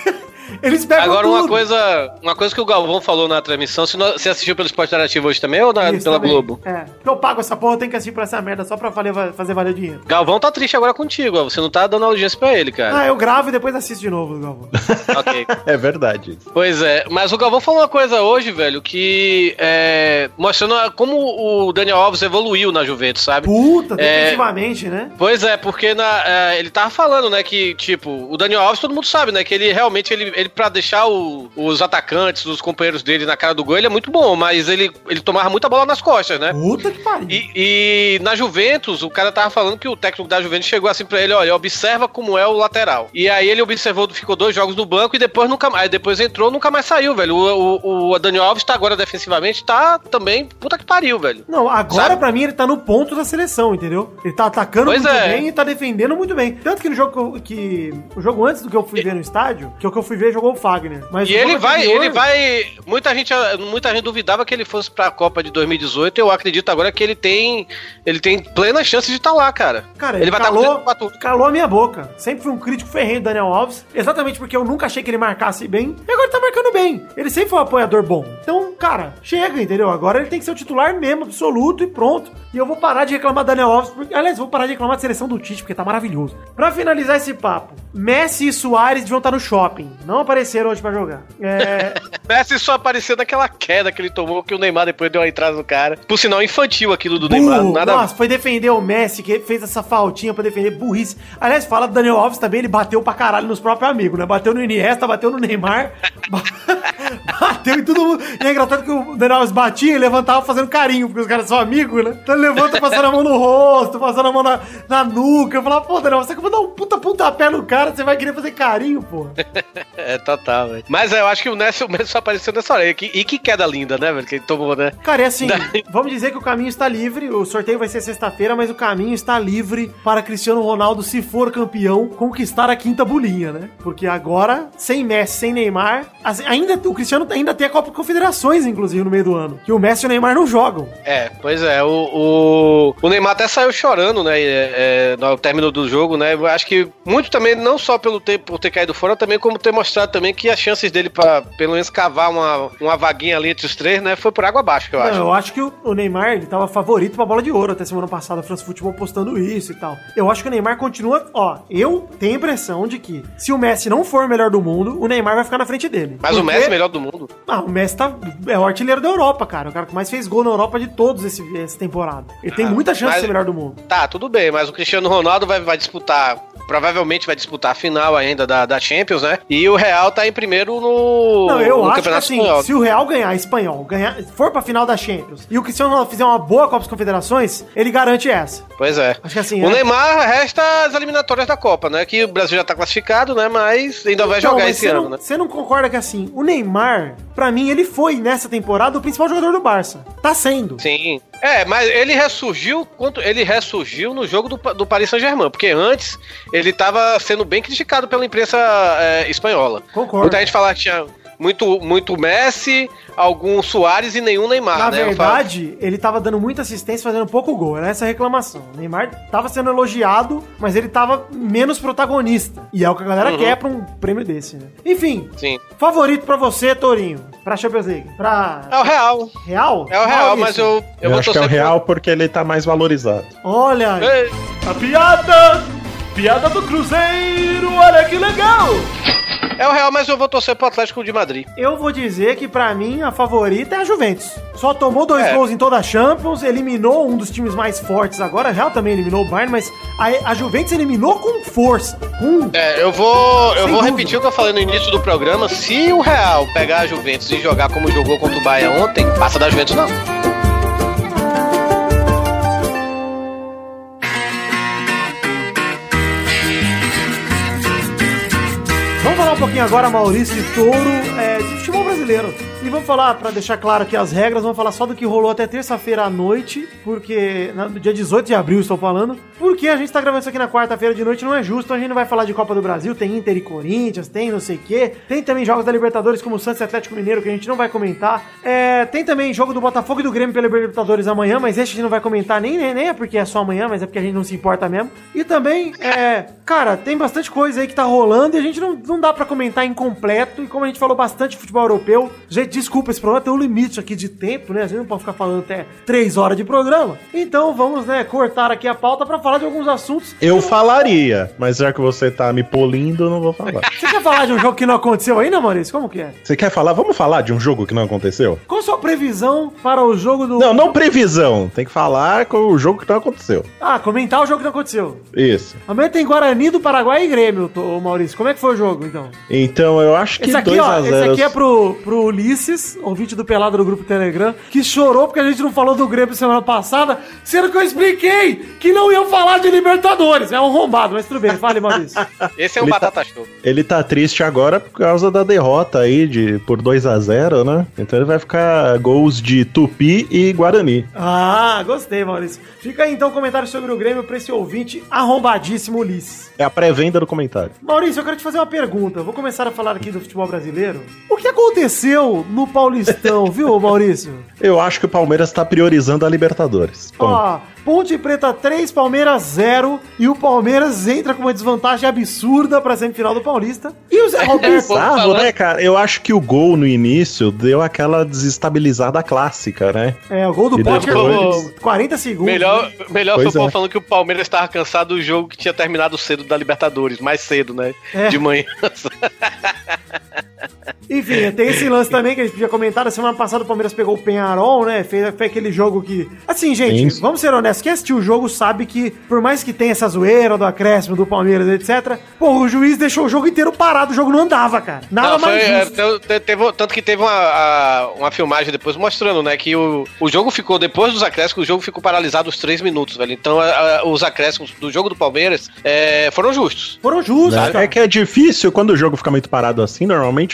S5: Eles pegam
S4: Agora
S5: tudo.
S4: uma coisa, uma coisa que o Galvão falou na transmissão, se não, você assistiu pelo Esporte Interativo hoje também ou na,
S5: Isso,
S4: pela
S5: também.
S4: Globo?
S5: É, porque eu pago essa porra, eu tenho que assistir por essa merda só pra fazer, fazer valer o dinheiro.
S4: Galvão tá triste agora contigo, ó, você não tá dando audiência pra ele, cara.
S5: Ah, eu gravo e depois assisto de novo, Galvão.
S4: Ok.
S3: É verdade.
S4: Pois é, mas o Galvão falou uma coisa hoje, velho, que é, mostrando como o Daniel Alves evoluiu na Juventus, sabe?
S5: Puta,
S4: é,
S5: definitivamente, né?
S4: Pois é, porque na, é, ele tava falando, né, que, tipo, o Daniel Alves, todo mundo sabe, né, que ele realmente, ele, ele pra deixar o os atacantes, os companheiros dele na cara do gol, ele é muito bom, mas ele, ele tomava muita bola nas costas, né?
S5: Puta que pariu.
S4: E, e na Juventus, o cara tava falando que o técnico da Juventus chegou assim pra ele, olha, observa como é o lateral. E aí ele observou, ficou dois jogos no banco e depois nunca mais, depois entrou, nunca mais saiu, velho. O, o, o Daniel Alves tá agora defensivamente, tá também, puta que pariu, velho.
S5: Não, agora Sabe? pra mim ele tá no ponto da seleção, entendeu? Ele tá atacando
S4: pois
S5: muito
S4: é.
S5: bem e tá defendendo muito bem. Tanto que no jogo que, que o jogo antes do que eu fui ver no estádio, que o que eu fui ver jogou o Fagner. Mas
S4: e ele vai, anterior... ele vai, muita gente, muita gente duvidava que ele fosse pra Copa de dois mil e dezoito, eu acredito agora que ele tem, ele tem plena chance de estar tá lá, cara.
S5: Cara, ele,
S4: ele vai
S5: calou,
S4: tá com...
S5: calou a minha boca. Sempre fui um crítico ferrenho do Daniel Alves, exatamente porque eu nunca achei que ele marcasse bem, e agora tá marcando bem. Ele sempre foi um apoiador bom. Então, cara, chega, entendeu? Agora ele tem que ser o titular mesmo, absoluto e pronto. E eu vou parar de reclamar do Daniel Alves, porque, aliás, vou parar de reclamar da seleção do Tite, porque tá maravilhoso. Pra finalizar esse papo, Messi e Suárez deviam estar no shopping. Não apareceram hoje pra jogar. É...
S4: Messi só apareceu daquela queda que ele tomou, que o Neymar depois deu uma entrada no cara. Por sinal, infantil aquilo do Neymar. Nada...
S5: Nossa, foi defender o Messi, que fez essa faltinha pra defender burrice. Aliás, fala do Daniel Alves também, ele bateu pra caralho nos próprios amigos, né? Bateu no Iniesta, bateu no Neymar, bateu em todo mundo. E é engraçado que o Daniel Alves batia e levantava fazendo carinho, porque os caras são amigos, né? Então ele levanta passando a mão no rosto, passando a mão na, na nuca. Eu falava, pô, Daniel, você que vai dar um puta pontapé no cara, você vai querer fazer carinho, pô.
S4: É, total, velho. Mas é, eu acho que o Messi, o Messi só apareceu nessa hora. E que, e que queda linda, né, velho? Que ele tomou, né?
S5: Cara, é assim, vamos dizer que o caminho está livre, o sorteio vai ser sexta-feira, mas o caminho está livre para Cristiano Ronaldo, se for campeão, conquistar a quinta bolinha, né? Porque agora, sem Messi, sem Neymar, assim, ainda o Cristiano ainda tem a Copa Confederações, inclusive, no meio do ano. Que o Messi e o Neymar não jogam.
S4: É, pois é. O, o, o Neymar até saiu chorando, né? É, no término do jogo, né? Eu acho que muito também, não só pelo ter, por ter caído fora, também como ter mostrado também que as chances dele pra, pelo menos, cavar uma, uma vaguinha ali entre os três, né? Foi por água abaixo, que eu
S5: não,
S4: acho.
S5: Eu acho que o, o Neymar, ele tava favorito pra bola de ouro até semana passada, a France Futebol postando isso e tal. Eu acho que o Neymar continua... Ó, eu tenho a impressão de que se o Messi não for o melhor do mundo, o Neymar vai ficar na frente dele.
S4: Mas porque... o Messi é o melhor do mundo?
S5: Ah, o Messi tá, é o artilheiro da Europa, cara. O cara que mais fez gol na Europa de todos esse, essa temporada. Ele ah, tem muita chance mas... de ser o melhor do mundo.
S4: Tá, tudo bem, mas o Cristiano Ronaldo vai, vai disputar... Provavelmente vai disputar a final ainda da, da Champions, né? E o Real tá em primeiro no,
S5: não, eu
S4: no
S5: acho
S4: Campeonato
S5: que, assim,
S4: Espanhol.
S5: Se o Real ganhar espanhol, ganhar, for pra final da Champions, e o Cristiano Ronaldo fizer uma boa Copa das Confederações, ele garante essa.
S4: Pois é.
S5: Acho que assim,
S4: o
S5: é...
S4: Neymar resta as eliminatórias da Copa, né? Que o Brasil já tá classificado, né? Mas ainda vai
S5: então,
S4: jogar esse ano,
S5: não,
S4: né?
S5: Você não concorda que, assim, o Neymar, pra mim, ele foi, nessa temporada, o principal jogador do Barça. Tá sendo.
S4: Sim. É, mas ele ressurgiu, ele ressurgiu no jogo do, do Paris Saint-Germain, porque antes ele tava sendo bem criticado pela imprensa é, espanhola.
S5: Concordo.
S4: Muita gente falava que tinha muito, muito Messi, algum Suárez e nenhum Neymar,
S5: Na
S4: né?
S5: verdade, ele tava dando muita assistência, fazendo pouco gol. Era essa a reclamação. O Neymar tava sendo elogiado, mas ele tava menos protagonista. E é o que a galera uhum. quer pra um prêmio desse, né? Enfim,
S4: Sim.
S5: favorito pra você, Torinho, pra Champions League. Pra...
S4: É o Real.
S5: Real?
S4: É o Real, mas eu...
S3: Eu, eu
S4: vou
S3: acho que é o Real por... porque ele tá mais valorizado.
S5: Olha aí.
S4: Ei.
S1: A piada! Piada do Cruzeiro, olha que legal!
S4: É o Real, mas eu vou torcer pro Atlético de Madrid.
S5: Eu vou dizer que pra mim a favorita é a Juventus. Só tomou dois
S4: é.
S5: gols em toda a Champions, eliminou um dos times mais fortes agora. A Real também eliminou o Bayern, mas a, a Juventus eliminou com força. Com...
S4: É, eu vou, eu
S5: Sem
S4: vou
S5: dúvida.
S4: repetir o que eu falei no início do programa. Se o Real pegar a Juventus e jogar como jogou contra o Bayern ontem, passa da Juventus não.
S5: Vamos falar um pouquinho agora, Maurício e Touro, é, de futebol brasileiro. E vamos falar, pra deixar claro aqui as regras, vamos falar só do que rolou até terça-feira à noite, porque, no dia dezoito de abril estou falando, porque a gente tá gravando isso aqui na quarta-feira de noite, não é justo, a gente não vai falar de Copa do Brasil, tem Inter e Corinthians, tem não sei o quê, tem também jogos da Libertadores como o Santos e Atlético Mineiro, que a gente não vai comentar, é, tem também jogo do Botafogo e do Grêmio pela Libertadores amanhã, mas esse a gente não vai comentar nem, nem, nem é porque é só amanhã, mas é porque a gente não se importa mesmo. E também, é, cara, tem bastante coisa aí que tá rolando e a gente não, não dá pra comentar incompleto, e como a gente falou bastante de futebol europeu, gente, desculpa, esse programa tem um limite aqui de tempo, né? A gente não pode ficar falando até três horas de programa. Então vamos, né, cortar aqui a pauta pra falar de alguns assuntos.
S3: Eu falaria, mas já que você tá me polindo, eu não vou falar.
S5: Você quer falar de um jogo que não aconteceu ainda, Maurício? Como que é?
S3: Você quer falar? Vamos falar de um jogo que não aconteceu?
S5: Qual a sua previsão para o jogo do...
S3: Não, não previsão. Tem que falar com o jogo que não aconteceu.
S5: Ah, comentar o jogo que não aconteceu.
S3: Isso.
S5: Amanhã tem Guarani do Paraguai e Grêmio, ô Maurício. Como é que foi o jogo, então?
S3: Então, eu acho que
S5: esse aqui,
S3: dois
S5: ó,
S3: a zero.
S5: Esse aqui é pro, pro Ulisses, ouvinte do Pelado do grupo Telegram, que chorou porque a gente não falou do Grêmio semana passada, sendo que eu expliquei que não iam falar de Libertadores. É um arrombado, mas tudo bem. Fale, Maurício.
S4: Esse é um
S3: ele
S4: batata
S3: tá,
S4: show.
S3: Ele tá triste agora por causa da derrota aí de, por dois a zero, né? Então ele vai ficar gols de Tupi e Guarani.
S5: Ah, gostei, Maurício. Fica aí então um comentário sobre o Grêmio pra esse ouvinte arrombadíssimo Ulisses.
S3: É a pré-venda do comentário.
S5: Maurício, eu quero te fazer uma pergunta. Eu vou começar a falar aqui do futebol brasileiro. O que aconteceu no Paulistão, viu, Maurício?
S3: Eu acho que o Palmeiras tá priorizando a Libertadores.
S5: Ó, Ponte Preta três, Palmeiras zero. E o Palmeiras entra com uma desvantagem absurda pra semifinal do Paulista. E o Zé Roberto...
S3: Bizarro, né, cara? Eu acho que o gol no início deu aquela desestabilizada clássica, né?
S5: É, o gol do Potter
S4: depois...
S5: quarenta segundos.
S4: Melhor,
S5: né?
S4: melhor foi o povo
S3: é.
S4: falando que o Palmeiras estava cansado do jogo que tinha terminado cedo da Libertadores. Mais cedo, né?
S5: É.
S4: De manhã.
S5: Enfim, tem esse lance também que a gente podia comentar. Na semana passada o Palmeiras pegou o Penharol, né? Fez, fez aquele jogo que... Assim, gente, Sim. vamos ser honestos. Quem assistiu o jogo sabe que, por mais que tenha essa zoeira do acréscimo do Palmeiras, etcétera, pô, o juiz deixou o jogo inteiro parado. O jogo não andava, cara. Nada
S4: não, foi,
S5: mais justo.
S4: É, teve, teve, tanto que teve uma, a, uma filmagem depois mostrando, né? Que o, o jogo ficou, depois dos acréscimos, o jogo ficou paralisado os três minutos, velho. Então, a, a, os acréscimos do jogo do Palmeiras é, foram justos.
S5: Foram justos,
S3: é, é que é difícil, quando o jogo fica muito parado assim, normalmente o juiz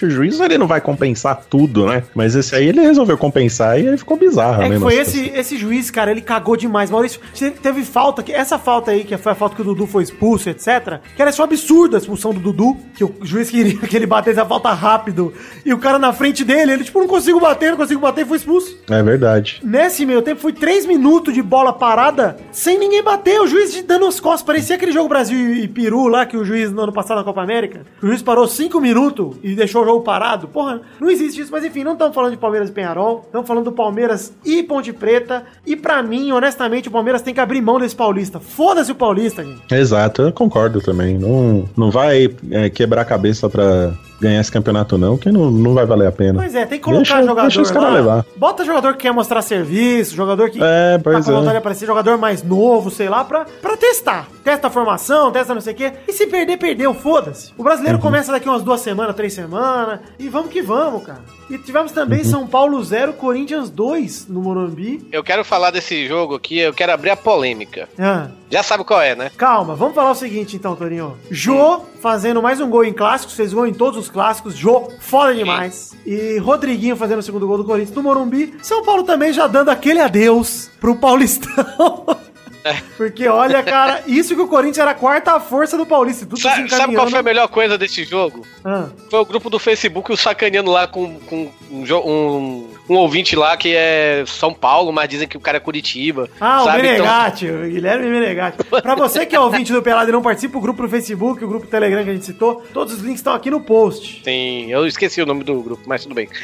S3: ele não vai compensar tudo, né? Mas esse aí ele resolveu compensar e aí ficou bizarro.
S5: É que
S3: mesmo
S5: foi
S3: assim.
S5: esse, esse juiz, cara, ele cagou demais. Maurício, teve falta, que essa falta aí, que foi a falta que o Dudu foi expulso, etcétera, que era só absurda a expulsão do Dudu, que o juiz queria que ele batesse a falta rápido, e o cara na frente dele, ele tipo, não consigo bater, não consigo bater, e foi expulso.
S3: É verdade.
S5: Nesse meio tempo, foi três minutos de bola parada, sem ninguém bater, o juiz dando as costas, parecia aquele jogo Brasil e Peru lá, que o juiz no ano passado na Copa América, o juiz parou cinco minutos e deixou o jogo parado. Porra, não existe isso, mas enfim, não estamos falando de Palmeiras e Penharol, estamos falando do Palmeiras e Ponte Preta, e pra mim, honestamente, o Palmeiras tem que abrir mão desse Paulista. Foda-se o Paulista, gente.
S3: Exato, eu concordo também. Não, não vai é, quebrar a cabeça pra ganhar esse campeonato não, que não, não vai valer a pena.
S5: Pois é, tem que colocar
S3: deixa,
S5: jogador
S3: deixa os caras
S5: lá.
S3: levar.
S5: Bota jogador que quer mostrar serviço, jogador que
S3: É,
S5: tá
S3: pois
S5: com vontade
S3: é.
S5: de aparecer, jogador mais novo, sei lá, pra, pra testar. Testa a formação, testa não sei o quê. E se perder, perdeu, foda-se. O brasileiro
S3: Uhum.
S5: começa daqui umas duas semanas, três semanas, e vamos que vamos, cara. E tivemos também
S3: Uhum.
S5: São Paulo zero, Corinthians dois no Morumbi.
S4: Eu quero falar desse jogo aqui, eu quero abrir a polêmica.
S5: Ah,
S4: Já sabe qual é, né?
S5: calma, vamos falar o seguinte então, Torinho. Jô fazendo mais um gol em clássicos, fez gol em todos os clássicos. Jô, foda demais. E Rodriguinho fazendo o segundo gol do Corinthians no Morumbi. São Paulo também já dando aquele adeus pro Paulistão. Porque, olha, cara, isso que o Corinthians era a quarta força do Paulista. e Tudo se
S4: Sabe, sabe
S5: encaminhando.
S4: qual foi a melhor coisa desse jogo?
S5: Ah,
S4: Foi o grupo do Facebook, o sacaneando lá com, com um, jo- um, um ouvinte lá que é São Paulo, mas dizem que o cara é Curitiba.
S5: Ah, o
S4: sabe?
S5: Menegatti, o Guilherme Menegatti. Pra você que é ouvinte do Pelado e não participa, o grupo do Facebook, o grupo do Telegram que a gente citou, todos os links estão aqui no post.
S4: Sim, eu esqueci o nome do grupo, mas tudo bem.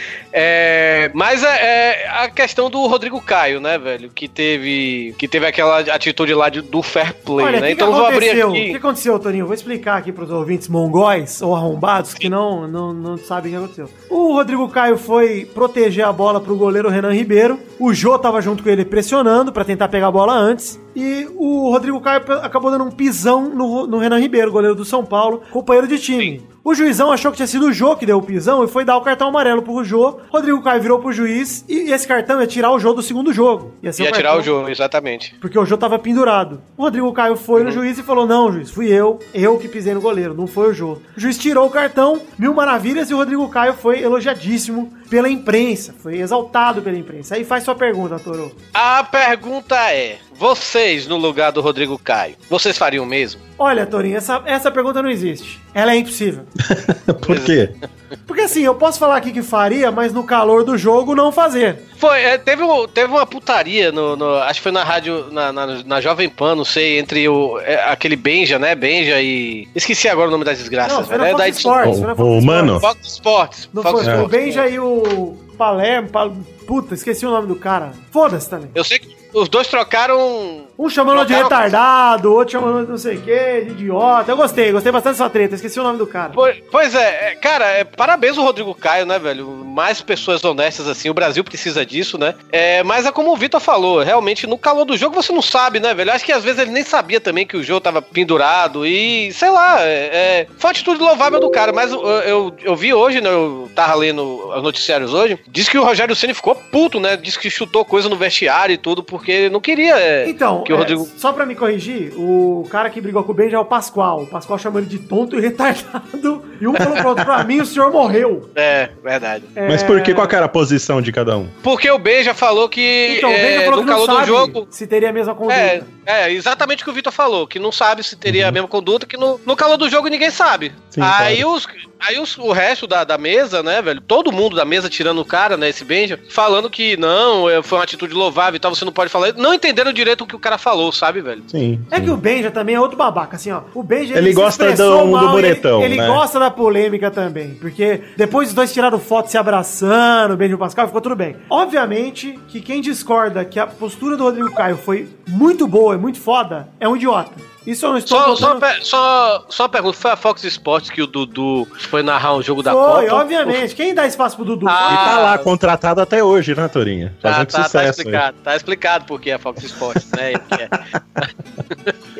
S4: É, mas é, é a questão do Rodrigo Caio, né, velho? Que teve, que teve aquela atitude lá de- do fair play,
S5: Olha, o
S4: né?
S5: que,
S4: Então
S5: que
S4: eu vou abrir
S5: aconteceu? O
S4: aqui.
S5: que aconteceu, Toninho? Vou explicar aqui pros ouvintes mongóis ou arrombados que não, não, não sabem o que aconteceu. O Rodrigo Caio foi proteger a bola pro goleiro Renan Ribeiro. O Jô tava junto com ele pressionando pra tentar pegar a bola antes. E o Rodrigo Caio pe- acabou dando um pisão no, no Renan Ribeiro, goleiro do São Paulo, companheiro de time. O juizão achou que tinha sido o Jô que deu o pisão e foi dar o cartão amarelo pro Jô. Rodrigo Caio virou pro juiz e esse cartão ia tirar o Jô do segundo jogo. Ia, ser
S4: Ia
S5: o
S4: tirar
S5: cartão,
S4: o jogo, exatamente.
S5: porque o Jô tava pendurado. O Rodrigo Caio foi no juiz e falou: não, juiz, fui eu, eu que pisei no goleiro, não foi o Jô. O juiz tirou o cartão, mil maravilhas, e o Rodrigo Caio foi elogiadíssimo pela imprensa, foi exaltado pela imprensa. Aí faz sua pergunta, Toro.
S4: A pergunta é: vocês, no lugar do Rodrigo Caio, vocês fariam o mesmo?
S5: Olha, Torinho, essa, essa pergunta não existe. Ela é impossível.
S3: Por quê?
S5: Porque assim, eu posso falar aqui que faria, mas no calor do jogo não fazer.
S4: Foi, é, teve, um- teve uma putaria no, no- acho que foi na rádio, na, na, na Jovem Pan, não sei, entre o, é, aquele Benja, né, Benja e... Esqueci agora o nome das desgraças,
S5: Não, foi
S4: velho.
S5: na
S4: É da
S5: Fox
S4: edição-
S5: Sports. foi na
S3: Ô,
S5: Fox
S3: ô,
S5: Sports.
S3: mano.
S4: Fox Sports.
S5: Não
S4: Fox
S5: foi, foi o
S4: Sports.
S5: Benja e o Palermo, Pal... puta, esqueci o nome do cara. Foda-se também.
S4: Eu sei que os dois trocaram...
S5: Um chamando de
S4: Trocaram-
S5: retardado, outro chamando de não sei o que, de idiota. Eu gostei, gostei bastante dessa treta, esqueci o nome do cara.
S4: Pois, pois é, é, cara, é, parabéns ao Rodrigo Caio, né, velho? Mais pessoas honestas assim, o Brasil precisa disso, né? É, mas é como o Vitor falou, realmente no calor do jogo você não sabe, né, velho? Acho que às vezes ele nem sabia também que o jogo tava pendurado e, sei lá, é, é, foi uma atitude louvável do cara, mas eu, eu, eu vi hoje, né, eu tava lendo os noticiários hoje, diz que o Rogério Ceni ficou puto, né? Diz que chutou coisa no vestiário e tudo, porque ele não queria é,
S5: Então,
S4: que o
S5: é,
S4: Rodrigo...
S5: só pra me corrigir, o cara que brigou com o Benja é o Pascoal. O Pascoal chamou ele de tonto e retardado. E um falou pronto, pra mim o senhor morreu.
S4: É, verdade.
S5: É,
S3: Mas por que? Qual que era a posição de cada um?
S4: Porque o Benja falou que
S5: Então, o Benja
S4: é,
S5: falou
S4: no
S5: que não
S4: calor do
S5: sabe
S4: jogo...
S5: se teria a mesma conduta.
S4: É, é, exatamente o que o Vitor falou, que não sabe se teria a mesma conduta, que no, no calor do jogo ninguém sabe.
S3: Sim,
S4: aí
S3: claro.
S4: os, aí os, o resto da, da mesa, né, velho, todo mundo da mesa tirando o cara, né, esse Benja, falando que não, é, foi uma atitude louvável e tal, você não pode falar, não entenderam direito o que o cara falou, sabe, velho?
S3: Sim.
S5: É
S3: sim.
S5: que o Benja também é outro babaca, assim, ó. O Benja,
S3: Ele
S5: se
S3: gosta
S5: expressou
S3: do- do
S5: mal,
S3: muretão,
S5: Ele, ele
S3: né?
S5: gosta da polêmica também, porque depois os dois tiraram foto se abraçando, o Benja e o Pascal, ficou tudo bem. Obviamente que quem discorda que a postura do Rodrigo Caio foi muito boa e muito foda, é um idiota. Isso eu não estou
S4: Só, só,
S5: botando-
S4: pe- só, só uma pergunta, foi a Fox Sports que o Dudu foi narrar um jogo da
S5: Foi,
S4: Copa?
S5: obviamente. Quem dá espaço pro Dudu?
S4: Ah,
S3: E tá lá, contratado até hoje, né, Torinha?
S4: Tá,
S3: Fazendo
S4: tá, tá
S3: sucesso. aí.
S4: explicado, tá explicado porque é a Fox Sports, né? que é.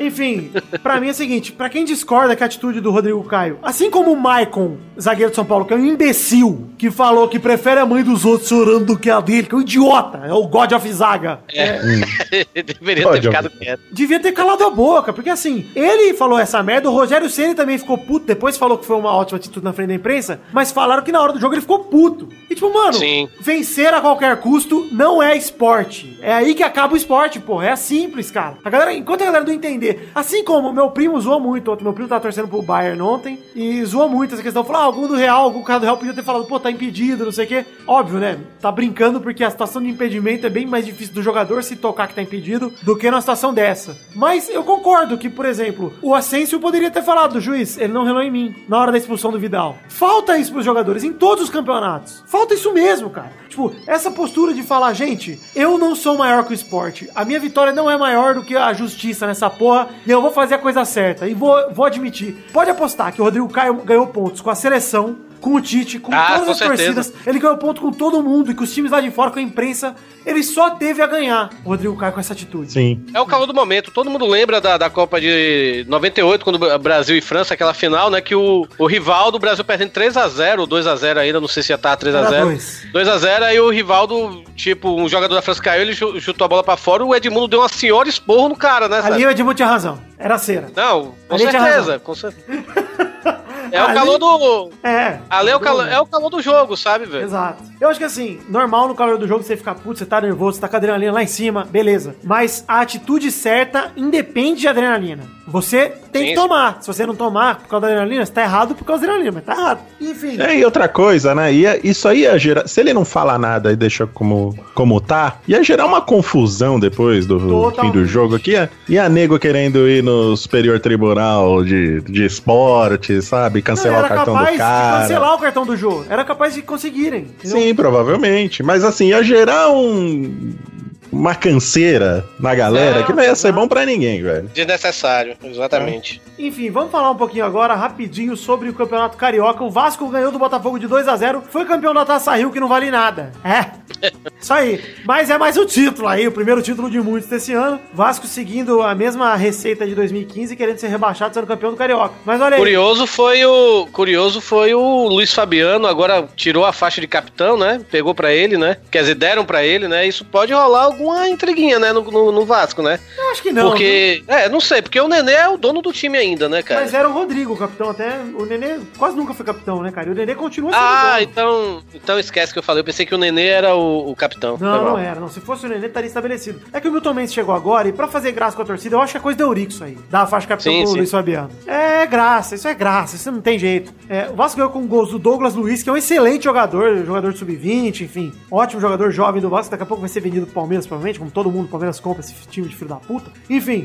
S5: Enfim, pra mim é o seguinte, pra quem discorda que a atitude do Rodrigo Caio, assim como o Maicon, zagueiro de São Paulo, que é um imbecil, que falou que prefere a mãe dos outros chorando do que a dele, que é um idiota, é o God of Zaga.
S4: É. É. Deveria
S3: Pode,
S4: ter ficado quieto.
S5: Devia ter calado a boca, porque assim, ele falou essa merda, o Rogério Ceni também ficou puto, depois falou que foi uma ótima atitude na frente da imprensa, mas falaram que na hora do jogo ele ficou puto. E tipo, mano,
S4: Sim.
S5: vencer a qualquer custo não é esporte. É aí que acaba o esporte, pô. É simples, cara. A galera, enquanto a galera não entender, assim como meu primo zoou muito, ontem, meu primo tava torcendo pro Bayern ontem, e zoou muito essa questão, falou, ah, algum do Real, algum cara do Real podia ter falado, pô, tá impedido, não sei o quê. Óbvio, né? Tá brincando porque a situação de impedimento é bem mais difícil do jogador se tocar que tá impedido do que numa situação dessa. Mas eu concordo que, por exemplo, o Asensio poderia ter falado, juiz, ele não relou em mim, na hora da expulsão do Vidal. Falta isso pros jogadores em todos os campeonatos. Falta isso mesmo, cara. Tipo, essa postura de falar, gente, eu não sou maior que o esporte. A minha vitória não é maior do que a justiça nessa porra e eu vou fazer a coisa certa. E vou, vou admitir. Pode apostar que o Rodrigo Caio ganhou pontos com a seleção, com o Tite, com
S4: ah,
S5: todas
S4: com
S5: as
S4: certeza.
S5: torcidas. Ele ganhou ponto com todo mundo e com os times lá de fora, com a imprensa. Ele só teve a ganhar, o Rodrigo Caio, com essa atitude.
S3: Sim.
S4: É o calor do momento. Todo mundo lembra da, da Copa de noventa e oito, quando Brasil e França, aquela final, né? Que o, o Rivaldo, o Brasil perdendo três a zero, ou dois a zero ainda, não sei se já tá três a zero. dois a zero, aí o Rivaldo, tipo, um jogador da França caiu, ele chutou a bola pra fora, o Edmundo deu uma senhora esporro no cara, né?
S5: Ali
S4: sabe?
S5: o Edmundo tinha razão. Era cera.
S4: Não, com
S5: Ali
S4: certeza, com certeza. É
S5: Ali-
S4: o calor do...
S5: É.
S4: Ali é o, calor, é o calor do jogo, sabe, velho?
S5: Exato. Eu acho que assim, normal no calor do jogo você ficar puto, você tá nervoso, você tá com a adrenalina lá em cima, beleza. Mas a atitude certa independe de adrenalina. Você tem
S4: Sim,
S5: que tomar. Se você não tomar por causa da adrenalina, você tá errado por causa da adrenalina, mas tá errado. Enfim.
S3: É, e outra coisa, né? Ia, isso aí ia gerar. Se ele não fala nada e deixa como, como tá, ia gerar uma confusão depois do
S5: Totalmente.
S3: fim do jogo aqui. Ia, ia nego querendo ir no Superior Tribunal de, de Esporte, sabe? Cancelar
S5: Não,
S3: o cartão do
S5: capaz de
S3: cara.
S5: cancelar o cartão do jogo. Era capaz de conseguirem. entendeu?
S3: Sim, provavelmente. Mas assim, ia gerar um. Uma canseira na galera
S5: Não,
S3: que não ia ser
S5: não.
S3: bom pra ninguém, velho.
S4: Desnecessário, exatamente.
S5: Enfim, vamos falar um pouquinho agora, rapidinho, sobre o Campeonato Carioca. O Vasco ganhou do Botafogo de dois a zero. Foi campeão da Taça Rio, que não vale nada. É. Isso aí. Mas é mais um título aí, o primeiro título de muitos desse ano. Vasco seguindo a mesma receita de dois mil e quinze, querendo ser rebaixado, sendo campeão do Carioca. Mas olha aí.
S4: Curioso foi o curioso foi o Luiz Fabiano, agora tirou a faixa de capitão, né? Pegou pra ele, né? Quer dizer, deram pra ele, né? Isso pode rolar alguma intriguinha, né? No, no, no Vasco, né?
S5: Eu acho que não.
S4: Porque, é, não sei, porque o Nenê é o dono do time ainda, né, cara?
S5: Mas era o Rodrigo, o capitão até. O Nenê quase nunca foi capitão, né, cara? E o Nenê continua sendo
S4: Ah,
S5: dono.
S4: então, então esquece que eu falei. Eu pensei que o Nenê era o, o capitão. Foi
S5: Não,
S4: mal.
S5: não era. Não. Se fosse o Nenê, estaria estabelecido. É que o Milton Mendes chegou agora e pra fazer graça com a torcida, eu acho que é coisa do Eurico isso aí. Dar a faixa de capitão
S4: Sim,
S5: pro
S4: sim.
S5: Luiz Fabiano. É graça, isso é graça, isso não tem jeito. É, o Vasco ganhou com gols do Douglas Luiz, que é um excelente jogador, jogador de sub vinte, enfim. Ótimo jogador jovem do Vasco, daqui a pouco vai ser vendido pro Palmeiras, provavelmente, como todo mundo, o Palmeiras compra esse time de filho da puta. Enfim.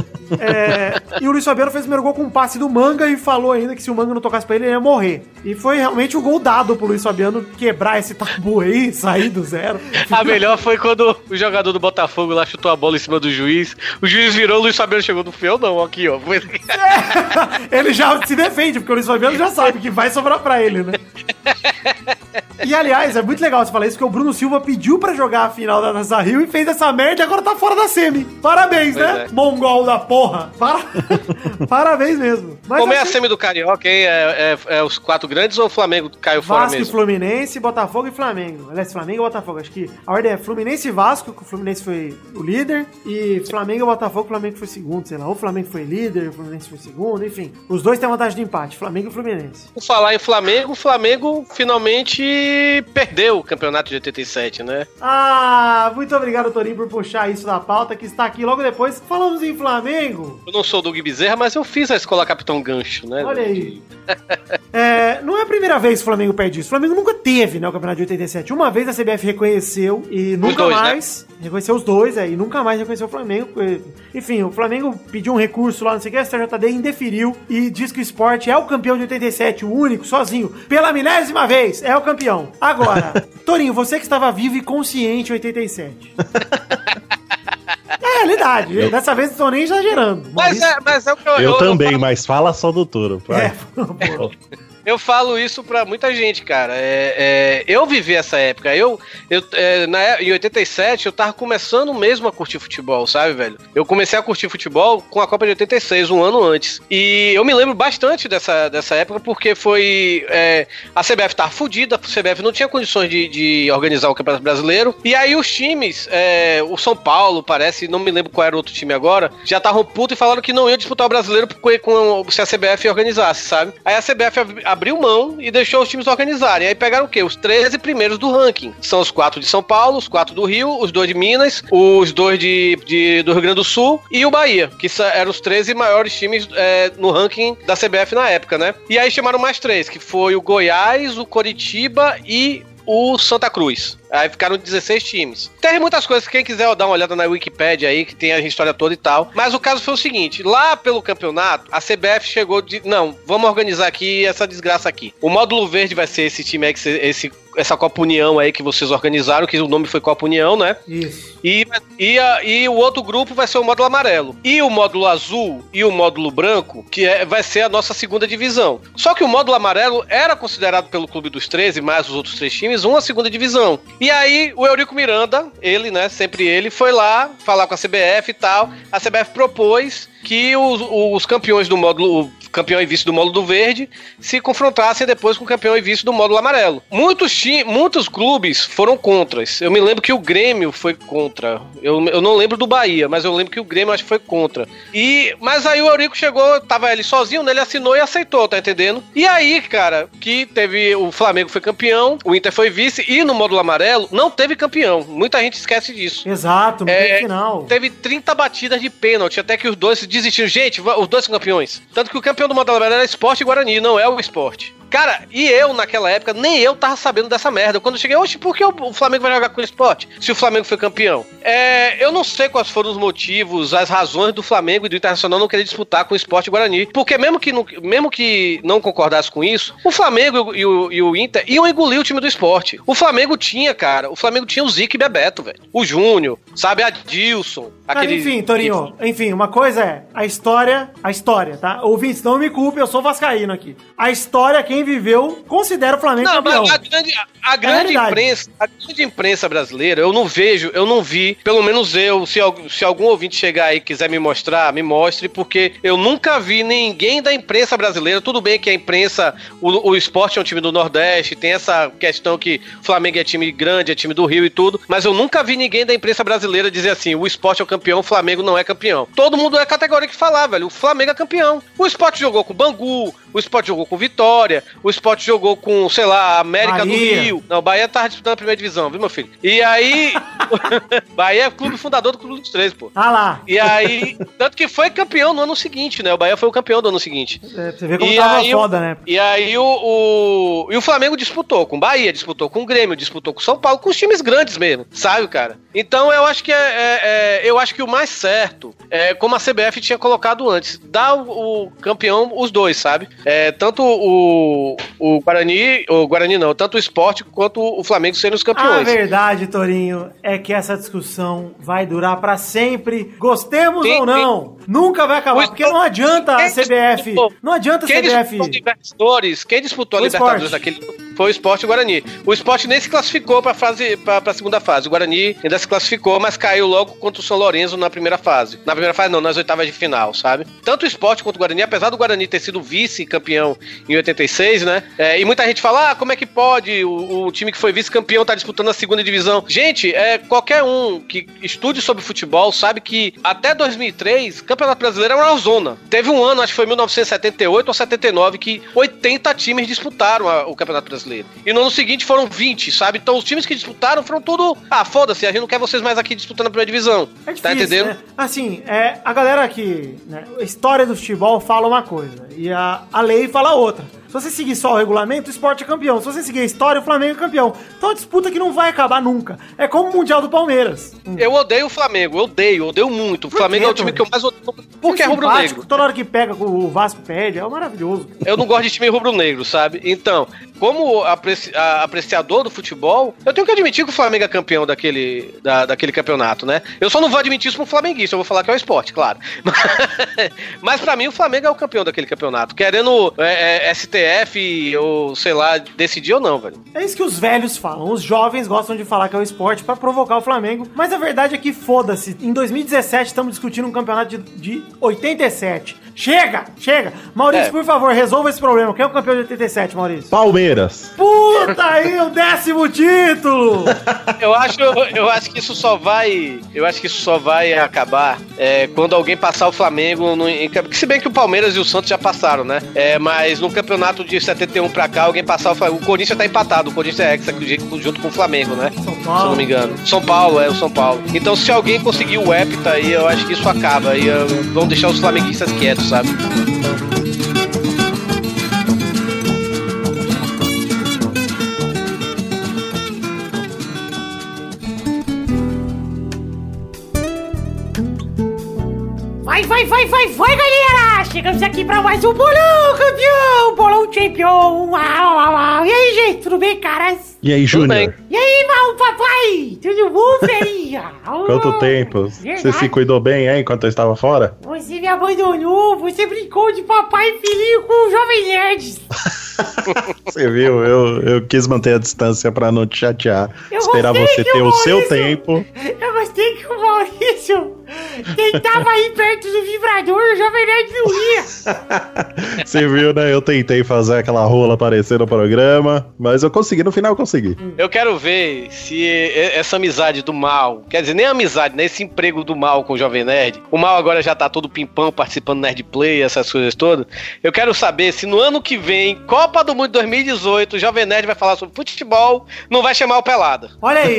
S5: É, e o Luiz Fabiano fez o primeiro gol com um passe do Manga e falou ainda que se o Manga não tocasse pra ele, ele ia morrer. E foi realmente o gol dado pro Luiz Fabiano quebrar esse tabu aí, sair do zero.
S4: A melhor foi quando o jogador do Botafogo lá chutou a bola em cima do juiz. O juiz virou, o Luiz Fabiano chegou no fio, não, aqui, ó. Foi...
S5: Ele já se defende, porque o Luiz Fabiano já sabe que vai sobrar pra ele, né? E, aliás, é muito legal você falar isso, porque o Bruno Silva pediu pra jogar a final da Taça Rio e fez essa merda e agora tá fora da semi. Parabéns,
S4: Pois
S5: né?
S4: é.
S5: Mongol da porra. Para... Parabéns mesmo. Mas
S4: Como é a
S5: achei-
S4: semi do Carioca, hein? É, é- é os quatro grandes ou o Flamengo caiu fora
S5: Vasco e
S4: mesmo?
S5: Fluminense, Botafogo e Flamengo. Aliás, Flamengo e Botafogo. Acho que a ordem é Fluminense e Vasco, que o Fluminense foi o líder. E Flamengo e Botafogo, o Flamengo foi segundo, sei lá. Ou o Flamengo foi líder, o Fluminense foi segundo, enfim. Os dois têm vantagem de empate, Flamengo e Fluminense.
S4: Por falar em Flamengo, o Flamengo finalmente perdeu o campeonato de oitenta e sete, né?
S5: Ah, muito obrigado, Torinho, por puxar isso da pauta, que está aqui logo depois. Falamos em Flamengo.
S4: Eu não sou o Doug Bezerra, mas eu fiz a escola Capitão Gancho, né?
S5: Olha aí. É, não é a primeira vez que o Flamengo perde isso. O Flamengo nunca teve, né, o campeonato de oitenta e sete. Uma vez a C B F reconheceu e nunca
S4: dois, né?
S5: mais. Reconheceu os dois, é, e nunca mais reconheceu o Flamengo. Enfim, o Flamengo pediu um recurso lá, não sei o que, a C J D indeferiu e diz que o Sport é o campeão de oitenta e sete, o único, sozinho, pela milésima vez, é o campeão. Agora, Torinho, você que estava vivo e consciente em oitenta e sete. É realidade, dessa vez não tô nem exagerando.
S4: Mas é, mas é o que eu...
S3: Eu,
S4: eu-
S3: também,
S4: eu-
S3: mas fala só do Toro. vai.
S5: É, por favor.
S4: eu falo isso pra muita gente, cara. É, é, eu vivi essa época. Eu, eu é, na, em oitenta e sete, eu tava começando mesmo a curtir futebol, sabe, velho? Eu comecei a curtir futebol com a Copa de oitenta e seis, um ano antes. E eu me lembro bastante dessa, dessa época, porque foi... É, a C B F tava fudida, a C B F não tinha condições de, de organizar o Campeonato Brasileiro. E aí os times, é, o São Paulo, parece, não me lembro qual era o outro time agora, já estavam putos e falaram que não ia disputar o Brasileiro com, com, se a C B F organizasse, sabe? Aí a C B F abriu mão e deixou os times organizarem. Aí pegaram o quê? Os treze primeiros do ranking. São os quatro de São Paulo, os quatro do Rio, os dois de Minas, os dois de, de, do Rio Grande do Sul e o Bahia, que eram os treze maiores times é, no ranking da C B F na época, né? E aí chamaram mais três, que foi o Goiás, o Coritiba e o Santa Cruz. Aí ficaram dezesseis times. Tem muitas coisas, quem quiser dar uma olhada na Wikipédia aí, que tem a história toda e tal. Mas o caso foi o seguinte, lá pelo campeonato, a C B F chegou de... Não, vamos organizar aqui essa desgraça aqui. O módulo verde vai ser esse time aí, esse, essa Copa União aí que vocês organizaram, que o nome foi Copa União, né?
S5: Isso.
S4: E, e, a, e o outro grupo vai ser o módulo amarelo. E o módulo azul e o módulo branco, que é, vai ser a nossa segunda divisão. Só que o módulo amarelo era considerado pelo Clube dos treze, mais os outros três times, uma segunda divisão. E aí, o Eurico Miranda, ele, né, sempre ele, foi lá falar com a C B F e tal. A C B F propôs que os, os campeões do módulo, campeão e vice do módulo verde, se confrontassem depois com o campeão e vice do módulo amarelo. Muitos, ti, muitos clubes foram contras. Eu me lembro que o Grêmio foi contra. Eu, eu não lembro do Bahia, mas eu lembro que o Grêmio acho que foi contra. E, mas aí o Eurico chegou, tava ele sozinho, né, ele assinou e aceitou, tá entendendo? E aí, cara, que teve, o Flamengo foi campeão, o Inter foi vice, e no módulo amarelo não teve campeão. Muita gente esquece disso.
S5: Exato, não
S4: é,
S5: teve final.
S4: Teve trinta batidas de pênalti, até que os dois desistiram. Gente, os dois são campeões. Tanto que o campeão do módulo amarelo era Sport e Guarani, não é o Sport. Cara, e eu, naquela época, nem eu tava sabendo dessa merda. Quando eu cheguei, oxe, por que o Flamengo vai jogar com o Sport se o Flamengo foi campeão? É, eu não sei quais foram os motivos, as razões do Flamengo e do Internacional não querer disputar com o Sport e Guarani. Porque mesmo que não, mesmo que não concordasse com isso, o Flamengo e o, e o Inter iam engolir o time do Sport. O Flamengo tinha, cara, o Flamengo tinha o Zico e Bebeto, velho. O Júnior, sabe, a Dilson.
S5: Cara, aquele... enfim, Torinho, enfim, uma coisa é a história, a história, tá? Ouvintes, não me culpe, eu sou vascaíno aqui. A história, quem viveu, considera o Flamengo
S4: não,
S5: campeão.
S4: Mas a grande, a, a grande é imprensa, a grande imprensa brasileira, eu não vejo, eu não vi, pelo menos eu, se, se algum ouvinte chegar aí e quiser me mostrar, me mostre, porque eu nunca vi ninguém da imprensa brasileira. Tudo bem que a imprensa, o, o Sport é um time do Nordeste, tem essa questão que o Flamengo é time grande, é time do Rio e tudo, mas eu nunca vi ninguém da imprensa brasileira dizer assim, o Sport é o campeão, o Flamengo não é campeão. Todo mundo é categórico que falar, velho, o Flamengo é campeão. O Sport jogou com o Bangu, o Sport jogou com o Vitória, o Sport jogou com, sei lá, a América Bahia. do Rio. Não, o Bahia tava disputando a primeira divisão, viu, meu filho? E aí, Bahia é o clube fundador do Clube dos três, pô.
S5: Ah lá.
S4: E aí, tanto que foi campeão no ano seguinte, né? O Bahia foi o campeão do ano seguinte.
S5: É, você vê como
S4: e
S5: tava
S4: aí,
S5: foda, né?
S4: E aí o, o, e o Flamengo disputou com o Bahia, disputou com o Grêmio, disputou com o São Paulo, com os times grandes mesmo, sabe, cara? Então eu acho que é, é, é eu acho que o mais certo é, como a C B F tinha colocado antes, dar o, o campeão os dois, sabe? É, tanto o, o Guarani, o Guarani não, tanto o Sport quanto o Flamengo serem os campeões.
S5: A verdade, Torinho, é que essa discussão vai durar pra sempre, gostemos tem, ou não, tem... nunca vai acabar, o porque não adianta a C B F, disputou, não adianta a C B F...
S4: Quem disputou a Libertadores, quem disputou a Libertadores naquele... Foi o Sport e o Guarani. O Sport nem se classificou pra, fase, pra, pra segunda fase. O Guarani ainda se classificou, mas caiu logo contra o São Lourenço na primeira fase. Na primeira fase não, nas oitavas de final, sabe? Tanto o Sport quanto o Guarani, apesar do Guarani ter sido vice-campeão em oitenta e seis, né? É, e muita gente fala, ah, como é que pode o, o time que foi vice-campeão tá disputando a segunda divisão? Gente, é, qualquer um que estude sobre futebol sabe que até dois mil e três, o Campeonato Brasileiro era uma zona. Teve um ano, acho que foi mil novecentos e setenta e oito ou setenta e nove, que oitenta times disputaram a, o Campeonato Brasileiro. E no ano seguinte foram vinte, sabe? Então os times que disputaram foram tudo... Ah, foda-se, a gente não quer vocês mais aqui disputando a primeira divisão.
S5: É difícil,
S4: tá entendendo?
S5: Né? Assim, é, a galera aqui, né, a história do futebol fala uma coisa e a, a lei fala outra. Se você seguir só o regulamento, o Sport é campeão. Se você seguir a história, o Flamengo é campeão. Então é uma disputa que não vai acabar nunca. É como o Mundial do Palmeiras.
S4: Eu odeio o Flamengo, eu odeio, odeio muito. O Flamengo quê, é o time que eu mais odeio. Porque é rubro-negro.
S5: Toda hora que pega, o Vasco perde, é maravilhoso.
S4: Eu não gosto de time rubro-negro, sabe? Então, como apreci- apreciador do futebol, eu tenho que admitir que o Flamengo é campeão daquele, da, daquele campeonato, né? Eu só não vou admitir isso pro flamenguista, eu vou falar que é o Sport, claro. Mas pra mim o Flamengo é o campeão daquele campeonato. Querendo é, é, S T F ou, sei lá, decidir ou não, velho.
S5: É isso que os velhos falam. Os jovens gostam de falar que é o esporte pra provocar o Flamengo. Mas a verdade é que foda-se. Em dois mil e dezessete estamos discutindo um campeonato de, de oitenta e sete. Chega! Chega! Maurício,
S4: É.
S5: por favor, resolva esse problema. Quem é o campeão de oitenta e sete, Maurício?
S3: Palmeiras.
S5: Puta aí, o décimo título!
S4: Eu acho, eu acho que isso só vai. Eu acho que isso só vai acabar é, quando alguém passar o Flamengo no, em, se bem que o Palmeiras e o Santos já passaram, né? É, mas no campeonato de setenta e um pra cá, alguém passar o Flamengo. O Corinthians tá empatado, o Corinthians é hexa junto com o Flamengo, né?
S5: São
S4: Se eu
S5: Paulo.
S4: não me engano. São Paulo, é o São Paulo. Então, se alguém conseguir o hepta aí, eu acho que isso acaba. Aí eu- vão deixar os flamenguistas quietos, sabe?
S7: Vai, vai, vai, vai, vai, galera! Chegamos aqui pra mais um bolão, campeão! Bolão champion! Uau, uau, uau! E aí, gente, tudo bem, caras?
S3: E aí,
S4: Tudo
S3: Júnior?
S4: bem.
S7: E aí, mal papai? Tudo bom, ferinha?
S3: Quanto tempo? Você
S7: Verdade.
S3: se cuidou bem, hein, enquanto eu estava fora?
S7: Você me abandonou, você brincou de papai e filhinho com o Jovem Nerd.
S3: Você viu? Eu, eu quis manter a distância pra não te chatear.
S7: Eu
S3: Esperar
S7: gostei
S3: você
S7: que
S3: ter
S7: o
S3: o seu
S7: Maurício-
S3: tempo.
S7: Eu gostei que o Maurício tentava ir perto do vibrador e o Jovem Nerd não ia.
S3: Você viu, né? Eu tentei fazer aquela rola aparecer no programa, mas eu consegui, no final eu consegui.
S4: Eu quero ver se e- essa amizade do Mal, quer dizer, nem a amizade, né? Esse emprego do Mal com o Jovem Nerd. O Mal agora já tá todo pimpão participando do Nerd Play, essas coisas todas. Eu quero saber se no ano que vem, Copa do Mundo dois mil e dezoito, o Jovem Nerd vai falar sobre futebol, não vai chamar o Pelada.
S5: Olha aí,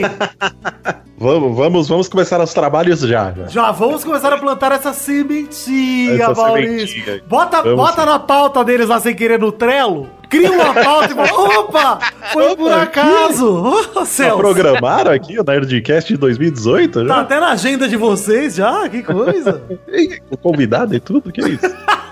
S3: Vamos, vamos, vamos começar os trabalhos já. já.
S5: já vamos começar a plantar essa sementinha,
S3: Essa
S5: Maurício.
S3: sementinha.
S5: Bota,
S3: Vamos
S5: bota
S3: sim.
S5: na pauta deles lá sem querer no Trello. Cria uma pauta e fala, opa, foi por
S3: Opa,
S5: acaso. Ô,
S3: Já
S5: Celso,
S3: programaram aqui o Nerdcast de dois mil e dezoito?
S5: tá
S3: Já?
S5: até na agenda de vocês já, que coisa.
S3: O convidado e tudo? Que isso?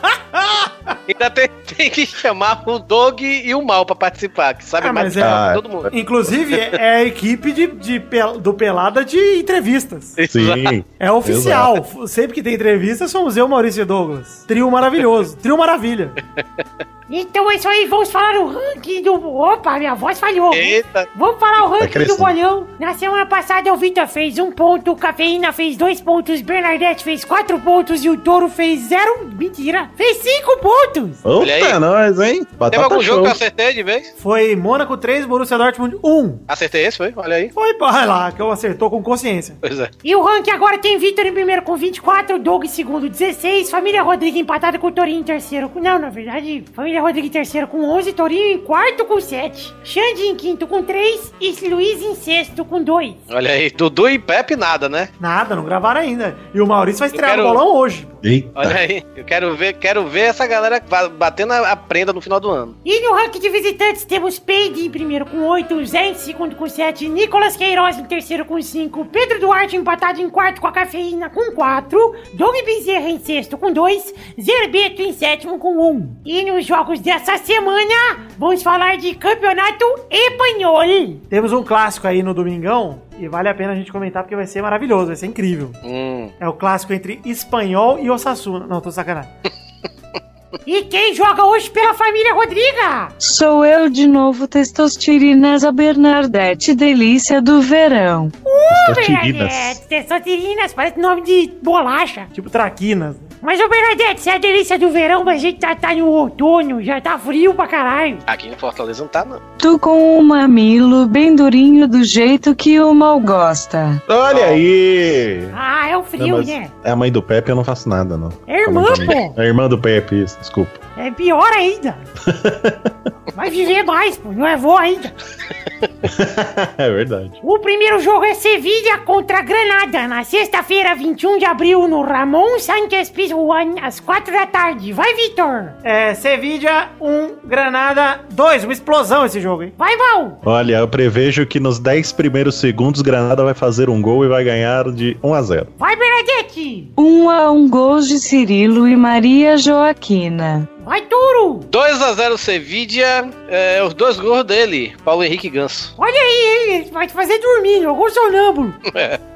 S4: Ainda tem, tem que chamar o Doug e o Mal pra participar, que sabe
S5: Ah,
S4: mais
S5: mas
S4: que
S5: é-
S4: todo mundo.
S5: Inclusive, é é a equipe de, de pel- do Pelada de entrevistas.
S3: Sim.
S5: É oficial. F- Sempre que tem entrevista, somos eu, Maurício e Douglas. Trio maravilhoso. Trio maravilha.
S7: Então é isso aí, vamos falar o ranking do... Opa, minha voz falhou.
S4: Eita,
S7: Vamos falar o ranking do
S3: crescendo.
S7: bolão. Na semana passada o Vitor fez um ponto, o Cafeína fez dois pontos, Bernadette fez quatro pontos e o Touro fez zero. Mentira, fez cinco pontos.
S3: Opa,
S4: aí.
S3: nós, hein?
S4: teve
S3: Batata
S4: algum jogo
S3: show.
S4: que eu acertei de vez?
S5: Foi Mônaco três, Borussia Dortmund um.
S4: Acertei esse, foi? Olha aí.
S5: Foi, vai lá, que eu acertou com consciência.
S4: Pois é.
S7: E o ranking agora tem Vitor em primeiro com vinte e quatro, Doug em segundo dezesseis, Família Rodrigues empatada com o Torinho em terceiro com... Não, na verdade, Família Rodrigues em terceiro com onze, Torinho em quarto com sete, Xande em quinto com três e Luiz em sexto com dois.
S4: Olha aí, Dudu e Pepe nada, né?
S5: Nada, não gravaram ainda. E o Maurício vai estrear
S4: quero-
S5: no bolão hoje.
S3: Eita.
S4: Olha aí, eu quero ver, quero ver essa galera va- batendo a a prenda no final do ano.
S7: E no ranking de visitantes temos Peide em primeiro com oito, Zé em segundo com sete, Nicolas Queiroz em terceiro com cinco, Pedro Duarte empatado em quarto com a Cafeína com quatro, Doug Bezerra em sexto com dois, Zerbeto em sétimo com um. E nos jogos dessa semana, vamos falar de campeonato espanhol.
S5: Temos um clássico aí no domingão e vale a pena a gente comentar porque vai ser maravilhoso, vai ser incrível.
S4: Hum.
S5: É o clássico entre Espanhol e Osasuna. Não, tô sacanagem.
S7: E quem joga hoje pela família Rodriga?
S8: Sou eu de novo, Testosterinasa Bernadette, delícia do verão.
S3: Tostirinas.
S7: Bernadette, Testosterinhas, parece nome de bolacha.
S5: Tipo Traquinas.
S7: Mas, ô Bernadette, você é a delícia do verão, mas a gente tá, tá no outono, já tá frio pra caralho.
S4: Aqui em Fortaleza não tá, não.
S8: Tu com um mamilo bem durinho do jeito que o mal gosta.
S3: Olha aí!
S7: Ah, é o
S3: Não,
S7: frio,
S3: mas
S7: né?
S3: é a mãe do Pepe, eu não faço nada, não.
S7: É irmã,
S3: Calma aí,
S7: pô.
S3: É a irmã do Pepe, isso, desculpa.
S7: É pior ainda. Vai viver mais, pô, não é vó ainda.
S3: É verdade.
S7: O primeiro jogo é Sevilha contra Granada, na sexta-feira, vinte e um de abril, no Ramon Sánchez Pizjuan, às quatro da tarde. Vai, Vitor!
S5: É, Sevilla um, Granada dois. Uma explosão esse jogo, hein?
S7: Vai, Val!
S3: Olha, eu prevejo que nos dez primeiros segundos Granada vai fazer um gol e vai ganhar de um a zero.
S7: Vai, Bernadette!
S8: Um a um gols de Cirilo e Maria Joaquina.
S7: Vai, Turo!
S4: dois a zero Sevilla, é, os dois gols dele, Paulo Henrique e Ganso.
S7: Olha aí, hein? Ele vai te fazer dormir, jogou sonâmbulo.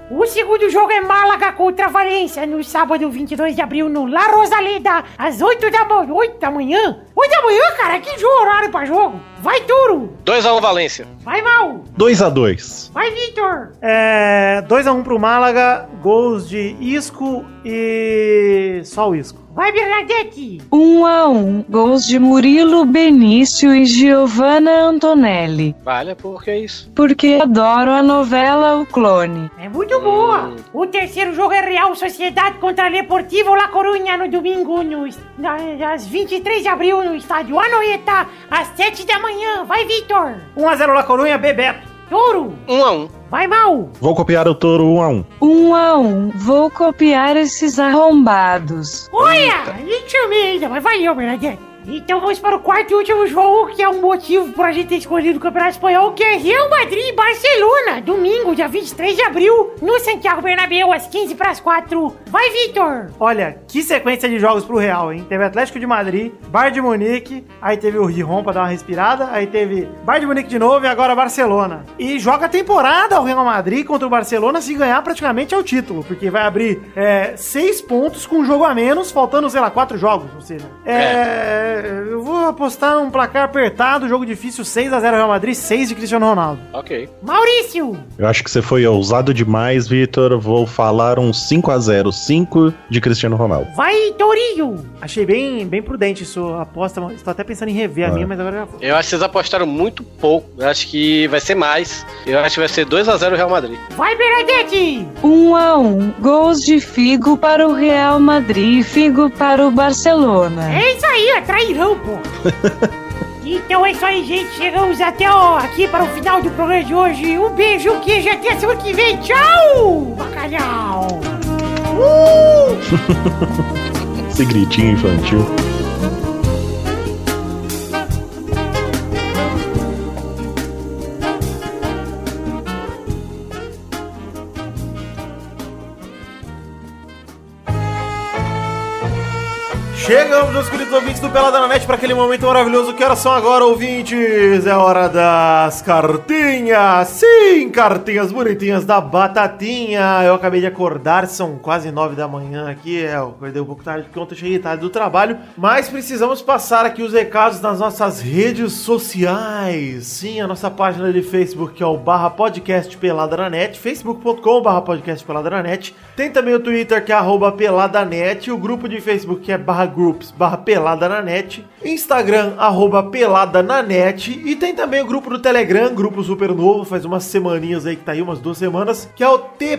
S7: O segundo jogo é Málaga contra Valência, no sábado vinte e dois de abril, no La Rosaleda, às oito da manhã. oito da manhã? oito da manhã, cara? Que jogo, horário pra jogo? Vai, Turo!
S4: dois a um Valência.
S7: Vai, Mal!
S3: dois a dois.
S7: Vai, Vitor!
S5: É. dois a um pro Málaga, gols de Isco e. só o Isco.
S7: Vai, Bernadette!
S8: um a um, gols de Murilo Benício e Giovanna Antonelli.
S4: Vale, por que isso?
S8: Porque adoro a novela O Clone.
S7: É muito boa! O terceiro jogo é Real Sociedade contra Deportivo La Coruña no domingo, no, na, às vinte e três de abril, no estádio Anoeta, às sete da manhã. Vai, Vitor!
S5: um a zero La Coruña, Bebeto.
S7: Touro!
S4: um a um.
S7: Vai, Mal!
S3: Vou copiar o Toro um a um.
S8: um a um, vou copiar esses arrombados.
S7: Olha! Nem chamei ainda, mas valeu, Bernadette. Então vamos para o quarto e último jogo, que é um motivo pra gente ter escolhido o Campeonato Espanhol, que é Real Madrid e Barcelona, domingo, dia vinte e três de abril, no Santiago Bernabéu, às quinze para as quatro. Vai, Vitor!
S5: Olha, que sequência de jogos pro Real, hein? Teve Atlético de Madrid, Bayern de Munique, aí teve o Rijon pra dar uma respirada, aí teve Bayern de Munique de novo e agora Barcelona. E joga a temporada o Real Madrid contra o Barcelona, se ganhar praticamente é o título, porque vai abrir é, seis pontos com um jogo a menos, faltando, sei lá, quatro jogos, ou seja... É... Eu vou apostar um placar apertado, jogo difícil, seis a zero Real Madrid, seis de Cristiano Ronaldo.
S4: Ok.
S7: Maurício!
S3: Eu acho que você foi ousado demais, Vitor. Vou falar um cinco a zero, cinco de Cristiano Ronaldo.
S7: Vai, Torinho!
S5: Achei bem, bem prudente sua aposta, estou até pensando em rever a
S3: Ah.
S5: minha, mas agora já foi.
S4: Eu acho que vocês apostaram muito pouco. Eu acho que vai ser mais. Eu acho que vai ser dois a zero Real Madrid.
S7: Vai, Bernadette!
S8: um a um, gols de Figo para o Real Madrid e Figo para o Barcelona.
S7: É isso aí, é trairão, pô! Então é isso aí, gente. Chegamos até ó, aqui para o final do programa de hoje. Um beijo, um queijo, até a semana que vem. Tchau! Bacalhau! Uh!
S3: Esse gritinho infantil.
S5: Chegamos, meus queridos ouvintes do Pelada na Net, para aquele momento maravilhoso. Que horas são agora, ouvintes? É hora das cartinhas. Sim, cartinhas bonitinhas da Batatinha. Eu acabei de acordar, são quase nove da manhã aqui. É, eu acordei um pouco tarde porque ontem eu cheguei tarde do trabalho. Mas precisamos passar aqui os recados nas nossas redes sociais. Sim, a nossa página de Facebook, que é o barra podcast Pelada na Net, facebook ponto com barra podcast Pelada na Net. Tem também o Twitter, que é arroba peladanet, o grupo de Facebook, que é barra groups, barra pelada na net, Instagram, arroba pelada na net, e tem também o grupo do Telegram, grupo super novo, faz umas semaninhas aí que tá aí, umas duas semanas, que é o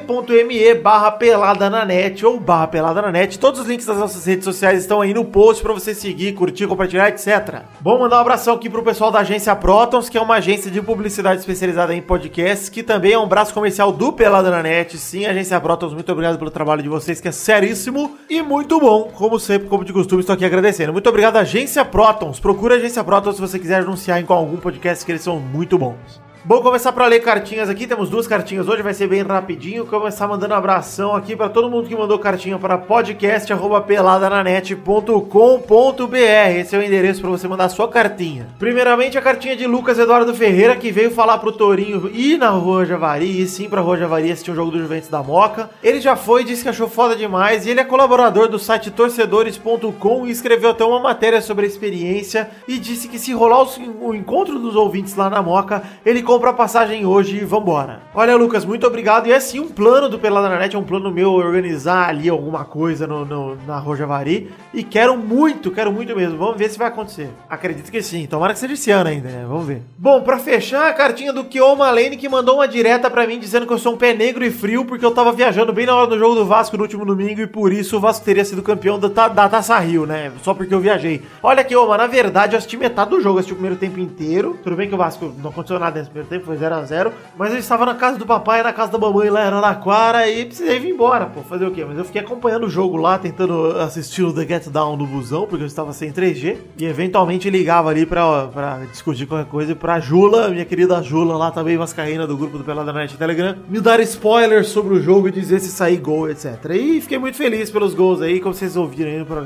S5: t.me barra pelada na net, ou barra pelada na net. Todos os links das nossas redes sociais estão aí no post pra você seguir, curtir, compartilhar, etcétera. Bom, mandar um abração aqui pro pessoal da agência Protons, que é uma agência de publicidade especializada em podcasts, que também é um braço comercial do Pelada na Net. Sim, agência Protons, muito obrigado pelo trabalho de vocês, que é seríssimo e muito bom, como sempre, como de costume, estou aqui agradecendo. Muito obrigado, agência Protons. Procura a agência Protons se você quiser anunciar em algum podcast, que eles são muito bons. Bom, começar para ler cartinhas aqui. Temos duas cartinhas hoje, vai ser bem rapidinho. Começar mandando um abração aqui para todo mundo que mandou cartinha para podcast arroba peladananet ponto com ponto br. Esse é o endereço para você mandar a sua cartinha. Primeiramente, a cartinha de Lucas Eduardo Ferreira, que veio falar pro Torinho ir na Rua Javari, e sim pra Rua Javari assistir um jogo do Juventus da Moca. Ele já foi, disse que achou foda demais, e ele é colaborador do site torcedores ponto com e escreveu até uma matéria sobre a experiência e disse que se rolar o encontro dos ouvintes lá na Moca, ele compra a passagem hoje e vambora. Olha, Lucas, muito obrigado. E é sim um plano do Pelada na Net, é um plano meu organizar ali alguma coisa no, no, na Rua Javari. E quero muito, quero muito mesmo. Vamos ver se vai acontecer. Acredito que sim. Tomara que seja esse ano ainda, né? Vamos ver. Bom, pra fechar, a cartinha do Kioma Lane, que mandou uma direta pra mim dizendo que eu sou um pé negro e frio porque eu tava viajando bem na hora do jogo do Vasco no último domingo e por isso o Vasco teria sido campeão da, da Taça Rio, né? Só porque eu viajei. Olha, Kioma, na verdade eu assisti metade do jogo, assisti o primeiro tempo inteiro. Tudo bem que o Vasco não aconteceu nada nesse primeiro tempo, foi zero a zero, mas eu estava na casa do papai, na casa da mamãe lá em Araraquara e precisei vir embora, pô, fazer o quê? Mas eu fiquei acompanhando o jogo lá, tentando assistir o The Get Down no busão, porque eu estava sem três G, e eventualmente ligava ali pra, pra discutir qualquer coisa, e pra Jula, minha querida Jula lá também, vascaína do grupo do Pelada na Net Telegram, me dar spoilers sobre o jogo e dizer se sair gol, etcétera. E fiquei muito feliz pelos gols aí, como vocês ouviram aí no programa.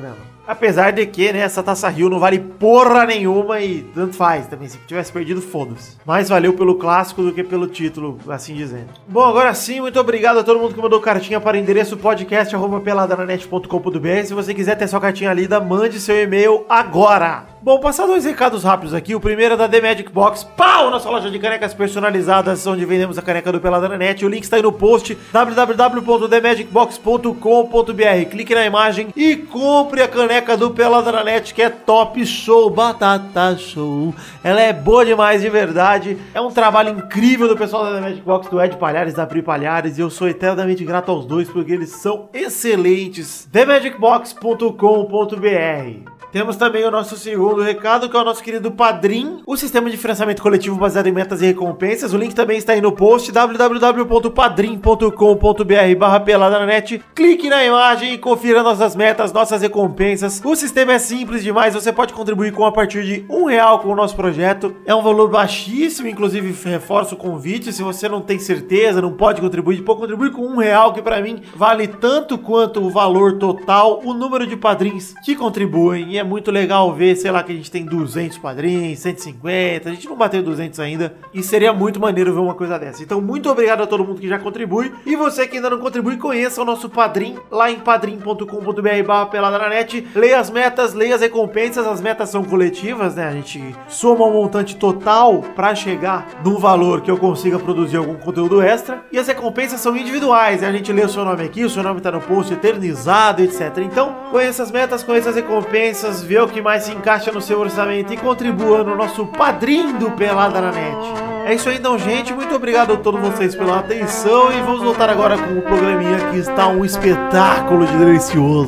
S5: Apesar de que, né, essa Taça Rio não vale porra nenhuma e tanto faz também. Se tivesse perdido, foda-se. Mais valeu pelo clássico do que pelo título, assim dizendo. Bom, agora sim, muito obrigado a todo mundo que mandou cartinha para o endereço podcast arroba peladananet ponto com ponto b r. Se você quiser ter sua cartinha lida, mande seu e-mail agora. Bom, passar dois recados rápidos aqui. O primeiro é da The Magic Box. Pau! Nossa loja de canecas personalizadas, onde vendemos a caneca do Pelada na Net. O link está aí no post, w w w ponto the magic box ponto com ponto b r. Clique na imagem e compre a caneca do Pelada na Net, que é top show, batata show. Ela é boa demais, de verdade. É um trabalho incrível do pessoal da The Magic Box, do Ed Palhares, da Pri Palhares, e eu sou eternamente grato aos dois, porque eles são excelentes. the magic box ponto com ponto b r. Temos também o nosso segundo recado, que é o nosso querido Padrim, o sistema de financiamento coletivo baseado em metas e recompensas. O link também está aí no post, w w w ponto padrim ponto com ponto b r barra pelada na net. Clique na imagem e confira nossas metas, nossas recompensas. O sistema é simples demais, você pode contribuir com a partir de um real com o nosso projeto. É um valor baixíssimo, inclusive reforço o convite. Se você não tem certeza, não pode contribuir, pode contribuir com um real, que para mim vale tanto quanto o valor total, o número de padrinhos que contribuem. E é muito legal ver, sei lá, que a gente tem duzentos padrinhos, cento e cinquenta, a gente não bateu duzentos ainda, e seria muito maneiro ver uma coisa dessa. Então, muito obrigado a todo mundo que já contribui, e você que ainda não contribui, conheça o nosso Padrim, lá em padrim ponto com ponto b r barra pelada na net, leia as metas, leia as recompensas. As metas são coletivas, né, a gente soma um montante total pra chegar num valor que eu consiga produzir algum conteúdo extra, e as recompensas são individuais, a gente lê o seu nome aqui, o seu nome tá no post eternizado, etcétera. Então, conheça as metas, conheça as recompensas, vê o que mais se encaixa no seu orçamento e contribua no nosso Padrim do Pelada na Net. É isso aí então, gente. Muito obrigado a todos vocês pela atenção e vamos voltar agora com o programinha que está um espetáculo de delicioso.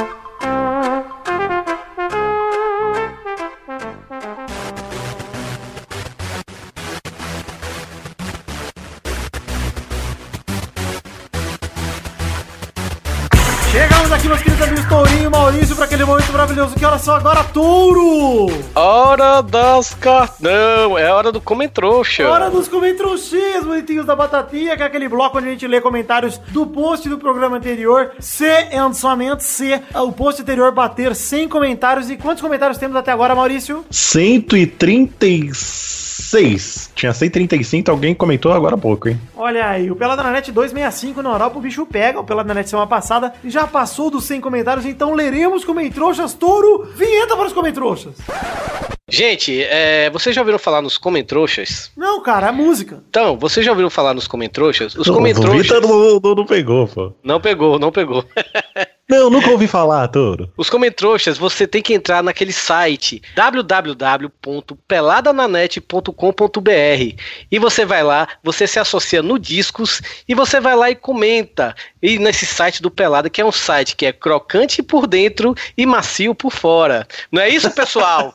S5: Chegamos aqui, meus queridos amigos Tourinho e Maurício, para aquele momento maravilhoso. Que horas são agora, Touro?
S4: Hora das cartas. Não, é hora do Comentrouxa.
S5: Hora dos Comentrouxinhas, bonitinhos da batatinha, que é aquele bloco onde a gente lê comentários do post do programa anterior. Se e somente se o post anterior bater cem comentários. E quantos comentários temos até agora, Maurício?
S3: cento e trinta e seis. Tinha cento e trinta e cinco, alguém comentou agora há pouco, hein?
S5: Olha aí, o Pelada na Net duzentos e sessenta e cinco na Europa, o bicho pega. O Pelada na Net semana passada já passou dos cem comentários, então leremos Comentrouxas. Touro, vinheta para os Comentrouxas.
S4: Gente, é, vocês já ouviram falar nos Comentrouxas?
S5: Não, cara, é música.
S4: Então, vocês já ouviram falar nos Comentrouxas? Os
S3: Não,
S4: Comentrouxas...
S3: O Vitor não, não, não pegou, pô.
S4: Não pegou, não pegou.
S3: Não, nunca ouvi falar, Touro.
S4: Os Comentrouxas, você tem que entrar naquele site w w w ponto pelada na net ponto com ponto b r e você vai lá, você se associa no Discos e você vai lá e comenta. E nesse site do Pelada, que é um site que é crocante por dentro e macio por fora. Não é isso, pessoal?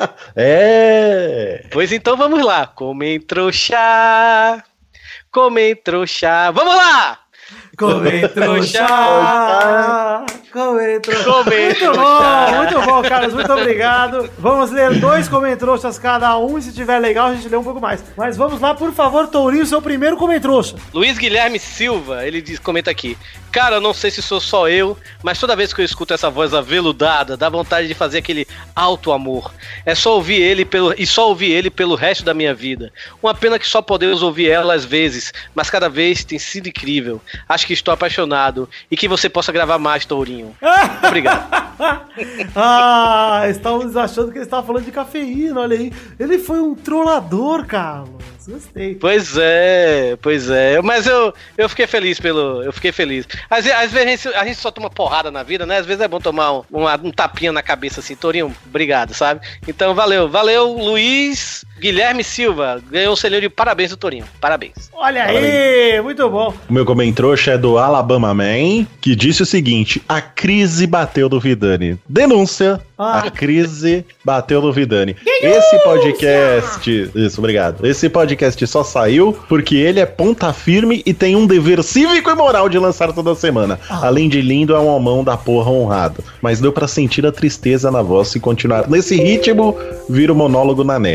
S3: É.
S4: Pois então vamos lá. Comentrouxa, Comentrouxa. Vamos lá!
S5: Comentrouxa, Comentrouxa. Muito bom, muito bom, Carlos, muito obrigado. Vamos ler dois Comentrouxas cada um, e se tiver legal a gente lê um pouco mais. Mas vamos lá, por favor, Tourinho, seu primeiro Comentrouxa.
S4: Luiz Guilherme Silva, ele diz, comenta aqui: cara, eu não sei se sou só eu, mas toda vez que eu escuto essa voz aveludada, dá vontade de fazer aquele alto amor. É só ouvir ele pelo, e só ouvir ele pelo resto da minha vida. Uma pena que só podemos ouvir ela às vezes, mas cada vez tem sido incrível. Acho que estou apaixonado e que você possa gravar mais, Tourinho. Obrigado.
S5: Ah, estávamos achando que ele estava falando de cafeína, olha aí. Ele foi um trollador, Carlos. Gostei.
S4: Pois é, pois é. Mas eu, eu fiquei feliz pelo. Eu fiquei feliz. Às, às vezes a gente, a gente só toma porrada na vida, né? Às vezes é bom tomar um, um, um tapinha na cabeça assim. Tourinho, obrigado, sabe? Então valeu, valeu, Luiz Guilherme Silva. Ganhou um selinho de parabéns do Tourinho. Parabéns.
S5: Olha aí,
S3: parabéns.
S5: Muito bom.
S3: O meu comentrouxa é do Alabama Man, que disse o seguinte: a crise bateu no Vidani. Denúncia. Ah. A crise bateu no Vidani. Esse podcast. Isso, obrigado. Esse podcast só saiu porque ele é ponta firme e tem um dever cívico e moral de lançar toda semana. Ah. Além de lindo, é um homão da porra honrado. Mas deu pra sentir a tristeza na voz e continuar nesse ritmo, vira o monólogo na net.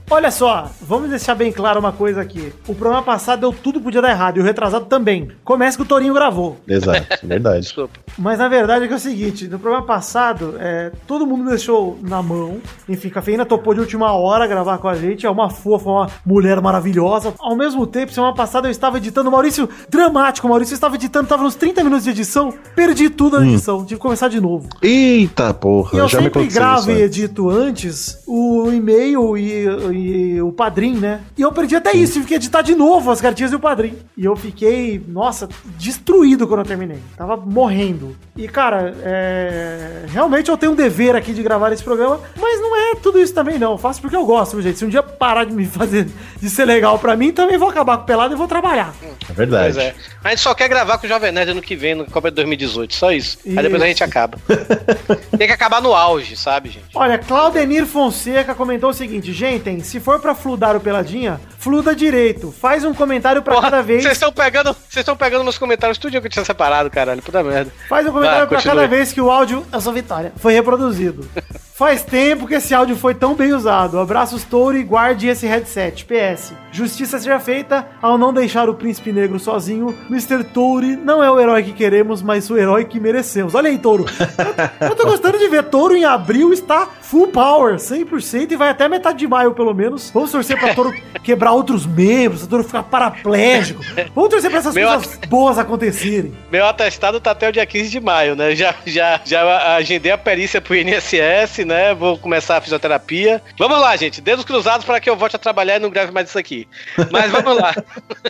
S5: Olha só, vamos deixar bem claro uma coisa aqui. O programa passado deu tudo podia dar errado, e o retrasado também. Começa que o Torinho gravou.
S3: Exato, verdade.
S4: Desculpa.
S5: Mas na verdade é que é o seguinte, no programa passado, é, todo mundo me deixou na mão. Enfim, Cafeína topou de última hora gravar com a gente. É uma fofa, uma mulher maravilhosa. Ao mesmo tempo, semana passada eu estava editando. O Maurício, dramático, o Maurício estava editando, estava nos trinta minutos de edição. Perdi tudo na
S3: Hum.
S5: edição, tive que começar de novo.
S3: Eita porra,
S5: E eu
S3: já me
S5: sempre
S3: aconteceu
S5: gravo
S3: isso
S5: e
S3: antes.
S5: edito antes o e-mail e, e o padrinho, né? E eu perdi até isso, tive que editar de novo as cartinhas e o padrinho. E eu fiquei, nossa, destruído quando eu terminei. Tava morrendo. E, cara, é... realmente eu tenho um dever aqui de gravar esse programa, mas não é tudo isso também, não. Eu faço porque eu gosto, gente. Se um dia parar de me fazer de ser legal pra mim, também vou acabar com o pelado e vou trabalhar.
S3: É verdade.
S4: Pois é. A gente só quer gravar com o Jovem Nerd ano que vem, no Copa de dois mil e dezoito, só isso.
S5: Isso.
S4: Aí depois a gente acaba. Tem que acabar no auge, sabe, gente?
S5: Olha, Claudenir Fonseca comentou o seguinte: gente, se for pra fludar o Peladinha, fluda direito. Faz um comentário pra
S4: Porra,
S5: cada vez.
S4: Vocês estão pegando, vocês estão pegando nos comentários tudo que eu tinha separado, caralho. Puta merda.
S5: Faz um comentário
S4: Vai,
S5: pra
S4: continue.
S5: cada vez que o áudio, eu sou Vitória, foi reproduzido. Faz tempo que esse áudio foi tão bem usado. Abraços, Touro, e guarde esse headset. P S. Justiça seja feita ao não deixar o Príncipe Negro sozinho. mister Toure não é o herói que queremos, mas o herói que merecemos. Olha aí, Touro. Eu, eu tô gostando de ver. Touro em abril está full power, cem por cento, e vai até metade de maio, pelo menos. Vamos torcer pra Touro quebrar outros membros, pra Touro ficar paraplégico. Vamos torcer pra essas
S4: Meu
S5: coisas boas acontecerem.
S4: Meu atestado tá até o dia quinze de maio, né? Já, já, já agendei a perícia pro I N S S, né? Vou começar a fisioterapia. Vamos lá, gente. Dedos cruzados para que eu volte a trabalhar e não grave mais isso aqui. Mas vamos lá.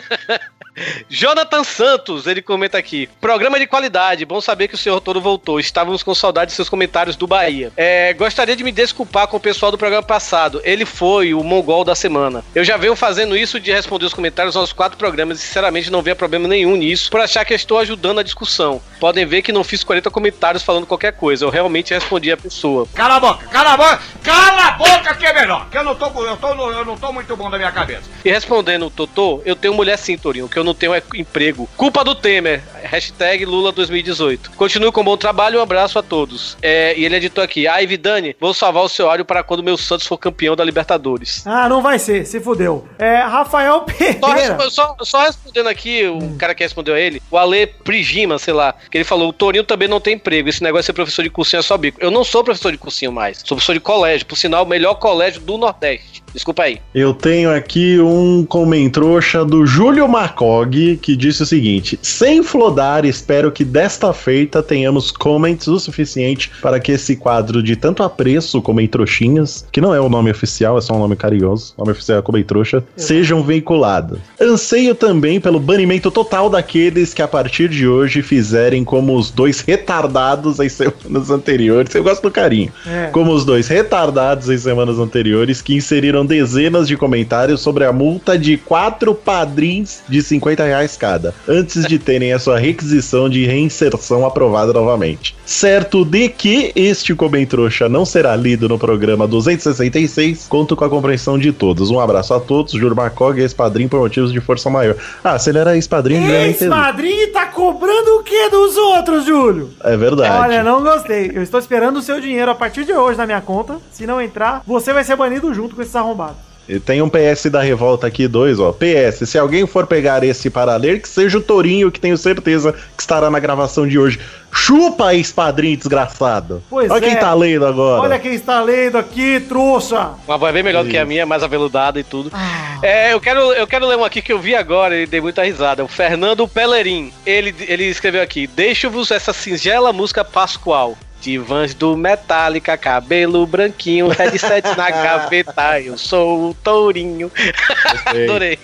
S4: Jonathan Santos, ele comenta aqui: programa de qualidade, bom saber que o senhor Touro voltou. Estávamos com saudade de seus comentários do Bahia. É, gostaria de me desculpar com o pessoal do programa passado. Ele foi o mongol da semana. Eu já venho fazendo isso de responder os comentários aos quatro programas e sinceramente não vejo problema nenhum nisso, por achar que estou ajudando a discussão. Podem ver que não fiz quarenta comentários falando qualquer coisa. Eu realmente respondi a pessoa.
S1: Cala a boca, cala a boca, cala a boca que é melhor, que eu não tô, eu tô, no- eu não tô muito bom da minha cabeça.
S4: E respondendo o Totô, eu tenho mulher sim, Torinho. O que eu não tenho é emprego. Culpa do Temer. Hashtag Lula dois mil e dezoito. Continue com um bom trabalho e um abraço a todos. É, e ele editou aqui: ai, Vidani, vou salvar o seu áudio para quando meu Santos for campeão da Libertadores.
S5: Ah, não vai ser, se fudeu. É, Rafael
S4: Só,
S5: Pereira.
S4: respo- só- só respondendo aqui, o cara que respondeu a ele, o Ale Prigima, sei lá, que ele falou: o Torinho também não tem emprego. Esse negócio de ser professor de cursinho é só bico. Eu não sou professor de cursinho mais. Sou professor de colégio. Por sinal, o melhor colégio do Nordeste. Desculpa aí.
S3: Eu tenho aqui um comentrouxa do Júlio Macog, que disse o seguinte: sem flodar, espero que desta feita tenhamos comments o suficiente para que esse quadro de tanto apreço, comentrouxinhas, que não é o nome oficial, é só um nome carinhoso, o nome oficial é comentrouxa, sejam veiculados. Anseio também pelo banimento total daqueles que a partir de hoje fizerem como os dois retardados em semanas anteriores. Eu gosto do carinho.
S5: É.
S3: Como os dois retardados em semanas anteriores que inseriram dezenas de comentários sobre a multa de quatro padrinhos de cinquenta reais cada, antes de terem a sua requisição de reinserção aprovada novamente. Certo de que este comentrouxa não será lido no programa duzentos e sessenta e seis, conto com a compreensão de todos. Um abraço a todos, Júlio Macog, ex-padrinho por motivos de força maior. Ah, se ele era ex-padrinho, ele era entendido.
S5: Ex-padrinho tá cobrando o que dos outros, Júlio?
S3: É verdade.
S5: Olha, não gostei. Eu estou esperando o seu dinheiro a partir de hoje na minha conta. Se não entrar, você vai ser banido junto com esses arrombados.
S3: E tem um P S da revolta aqui, dois, ó. P S, se alguém for pegar esse para ler, que seja o Torinho, que tenho certeza que estará na gravação de hoje. Chupa, ex-padrinho desgraçado.
S5: Pois
S3: Olha
S5: é.
S3: quem tá lendo agora.
S5: Olha quem está lendo aqui, trouxa.
S4: Uma voz bem melhor do que a minha, mais aveludada e tudo. É, eu quero, eu quero ler um aqui que eu vi agora e dei muita risada. O Fernando Pellerin. Ele, ele escreveu aqui: deixo-vos essa singela música pascual. Divãs do Metallica, cabelo branquinho, headset na gaveta, eu sou o Tourinho. Adorei.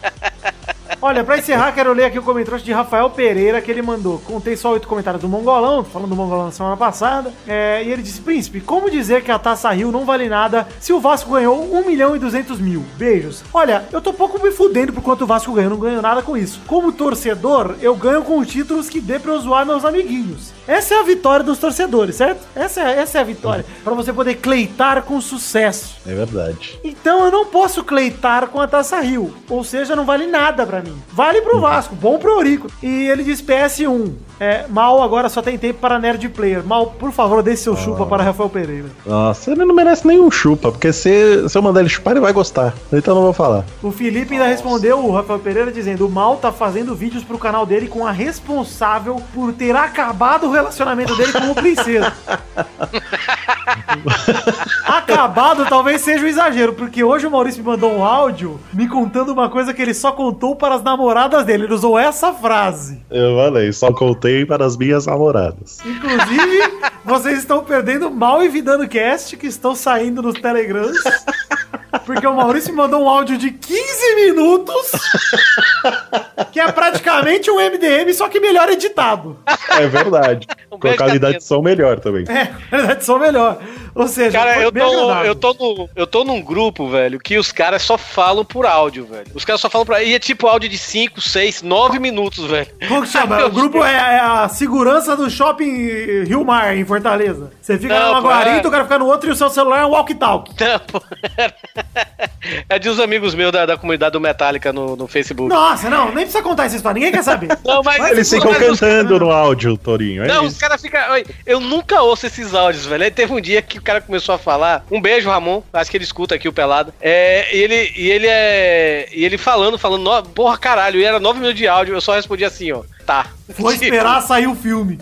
S5: Olha, pra encerrar, quero ler aqui o comentário de Rafael Pereira, que ele mandou. Contei só oito comentários do Mongolão, tô falando do Mongolão na semana passada. É, e ele disse: Príncipe, como dizer que a Taça Rio não vale nada se o Vasco ganhou um milhão e duzentos mil? Beijos. Olha, eu tô pouco me fudendo por quanto o Vasco ganhou, não ganho nada com isso. Como torcedor, eu ganho com títulos que dê pra eu zoar meus amiguinhos. Essa é a vitória dos torcedores, certo? Essa é, essa é a vitória. Pra você poder cleitar com sucesso.
S3: É verdade.
S5: Então eu não posso cleitar com a Taça Rio. Ou seja, não vale nada pra mim. Vale pro Vasco, bom pro Eurico. E ele diz P S um. É, Mal agora só tem tempo para Nerd Player. Mal, por favor, dê seu chupa para Rafael Pereira.
S3: Nossa, ele não merece nenhum chupa, porque se, se eu mandar ele chupar, ele vai gostar. Então não vou falar.
S5: O Felipe ainda respondeu o Rafael Pereira dizendo: o Mal tá fazendo vídeos pro canal dele com a responsável por ter acabado o relacionamento dele com o Princesa. Acabado talvez seja um exagero, porque hoje o Maurício me mandou um áudio me contando uma coisa que ele só contou para as namoradas dele. Ele usou essa frase.
S3: Eu falei, só contei para as minhas namoradas.
S5: Inclusive, vocês estão perdendo Mal e Vidano Cast, que estão saindo nos Telegrams. Porque o Maurício me mandou um áudio de quinze minutos, que é praticamente um M D M, só que melhor editado.
S3: É verdade.
S4: Um
S3: Com a qualidade de som melhor também.
S5: É, qualidade de som melhor. Ou seja,
S4: cara, eu tô,
S5: agradável.
S4: eu, tô no, eu tô num grupo, velho, que os caras só falam por áudio, velho. Os caras só falam por áudio. E é tipo áudio de cinco, seis, nove minutos, velho.
S5: Como que chama? O grupo é, é a segurança do shopping Rio Mar, em Fortaleza. Você fica
S4: Não,
S5: numa
S4: pô,
S5: guarita,
S4: é...
S5: o cara fica no outro e o seu celular é um walkie-talkie.
S4: Não, pô. É de uns amigos meus da, da comunidade do Metallica no, no Facebook.
S5: Nossa, não, nem precisa contar essa história, ninguém quer saber.
S4: Não, mas
S3: Mas eles ficam cantando no áudio, Torinho. É
S4: não,
S3: isso.
S4: os caras ficam... Eu nunca ouço esses áudios, velho. Aí teve um dia que o cara começou a falar... Um beijo, Ramon. Acho que ele escuta aqui o Pelado. É, e ele, e ele é... E ele falando, falando... No, porra, caralho. E era nove minutos de áudio. Eu só respondi assim, ó. Tá.
S5: Vou esperar sair o filme.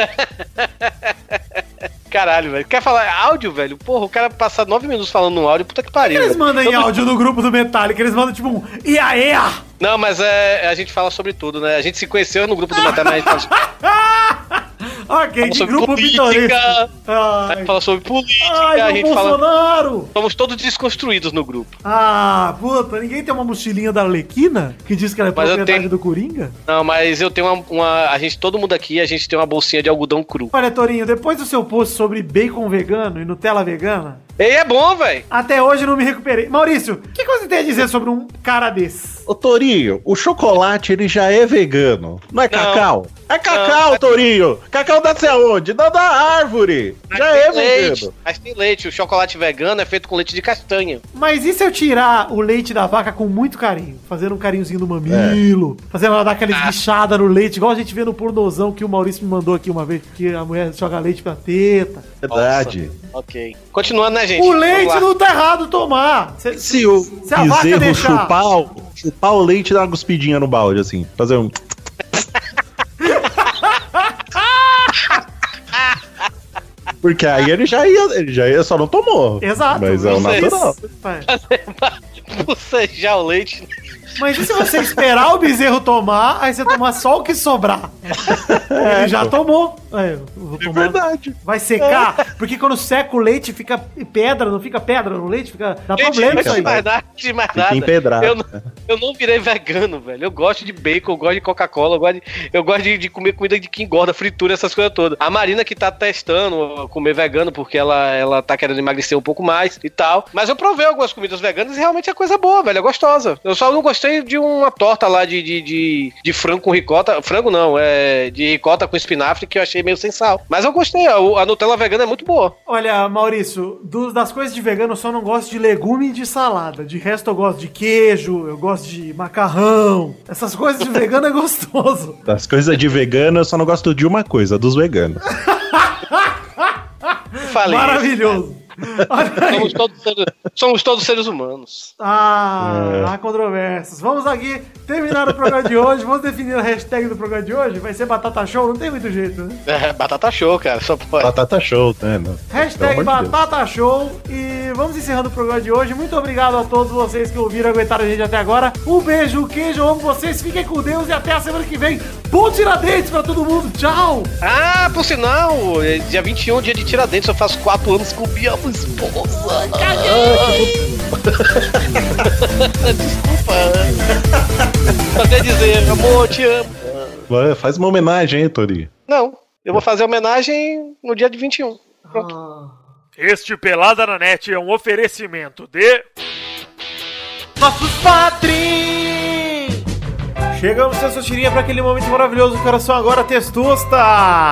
S4: Caralho, velho. Quer falar áudio, velho? Porra, o cara passar nove minutos falando no áudio, puta que pariu.
S5: Eles
S4: velho.
S5: mandam em
S4: Eu...
S5: áudio no grupo do Metallica, eles mandam tipo um E aí?
S4: Não, mas é, a gente fala sobre tudo, né? A gente se conheceu no grupo do Metallica, mas a gente fala
S5: Ok, de grupo
S4: política,
S5: pitoresco.
S4: A gente fala sobre política,
S5: Ai,
S4: a
S5: do
S4: gente
S5: Bolsonaro.
S4: fala... Somos todos desconstruídos no grupo.
S5: Ah, puta, ninguém tem uma mochilinha da Arlequina que diz que ela é
S4: Mas eu
S5: propriedade
S4: tenho-
S5: do Coringa?
S4: Não, mas eu tenho uma, uma... A gente, todo mundo aqui, a gente tem uma bolsinha de algodão cru.
S5: Olha, Torinho, depois do seu post sobre bacon vegano e Nutella vegana,
S4: E é bom, velho.
S5: até hoje eu não me recuperei. Maurício, o que, que você tem a dizer sobre um cara desse?
S3: Ô, Torinho, o chocolate, ele já é vegano. Não é
S4: Não.
S3: cacau? É cacau,
S4: Não.
S3: Torinho. Cacau nasce aonde? Da, da árvore.
S4: Mas
S3: já
S4: tem
S3: é
S4: leite,
S3: vegano.
S4: Mas tem leite. O chocolate vegano é feito com leite de castanha.
S5: Mas e se eu tirar o leite da vaca com muito carinho? Fazendo um carinhozinho no mamilo, fazendo ela dar aquela esguichada no leite, igual a gente vê no pornozão que o Maurício me mandou aqui uma vez, que a mulher joga leite pra teta.
S3: Verdade.
S4: Ok. Continuando, né, gente?
S5: O
S4: Vamos
S5: leite
S4: lá.
S5: não tá errado tomar. Se,
S3: Se o
S5: se a vaca
S3: bezerro
S5: deixar...
S3: chupar, o- chupar o leite e dar uma cuspidinha no balde, assim. Fazer um... Porque aí ele já ia, ele já ia, só não tomou.
S5: Exato.
S3: Mas é o
S5: Vocês-
S3: natural.
S5: É.
S4: Bocejar o leite.
S5: Mas e se você esperar o bezerro tomar, aí você tomar só o que sobrar? Ele já tomou. Aí, eu vou
S3: É
S5: tomar.
S3: verdade.
S5: Vai secar? Porque quando seca o leite, fica pedra, não fica pedra no leite? Fica... Dá problema isso
S4: de
S5: aí.
S4: mais nada, de mais
S3: Fica
S4: nada.
S3: empedrado.
S4: Eu, não- eu não virei vegano, velho. Eu gosto de bacon, eu gosto de Coca-Cola, eu gosto, de, eu gosto de, de comer comida de que engorda, fritura, essas coisas todas. A Marina que tá testando comer vegano, porque ela, ela tá querendo emagrecer um pouco mais e tal. Mas eu provei algumas comidas veganas e realmente é coisa boa, velho. É gostosa. Eu só não gostei de uma torta lá de, de, de, de frango com ricota. Frango não, é de ricota com espinafre que eu achei meio sem sal. Mas eu gostei, a, a Nutella vegana é muito boa.
S5: Olha, Maurício, dos- das coisas de vegano eu só não gosto de legume e de salada. De resto eu gosto de queijo, eu gosto de macarrão. Essas coisas de vegano é gostoso.
S3: Das coisas de vegano, eu só não gosto de uma coisa, dos veganos.
S4: Falei.
S5: Maravilhoso. Olha aí.
S4: Somos todos, seres, somos todos seres humanos.
S5: Ah, há controvérsias. Vamos aqui terminar o programa de hoje. Vamos definir a hashtag do programa de hoje. Vai ser Batata Show? Não tem muito jeito, né?
S4: É, batata show, cara. Só pode.
S3: Batata show, né? Não.
S5: Hashtag
S3: Pelo amor de Deus.
S5: Batata Show. E vamos encerrando o programa de hoje. Muito obrigado a todos vocês que ouviram e aguentaram a gente até agora. Um beijo, queijo, eu amo vocês. Fiquem com Deus e até a semana que vem. Bom Tiradentes pra todo mundo. Tchau.
S4: Ah, por sinal, é dia vinte e um, dia de Tiradentes, eu faço quatro anos com minha esposa. Desculpa. Só quer dizer, amor, te amo.
S3: Vai, faz uma homenagem, hein, Tori?
S4: Não, eu vou fazer homenagem no dia de vinte e um. Pronto.
S1: Este Pelada na Net é um oferecimento de...
S5: Nossos padrinhos! Chegamos, seu tirinha, para aquele momento maravilhoso. O coração agora testosta!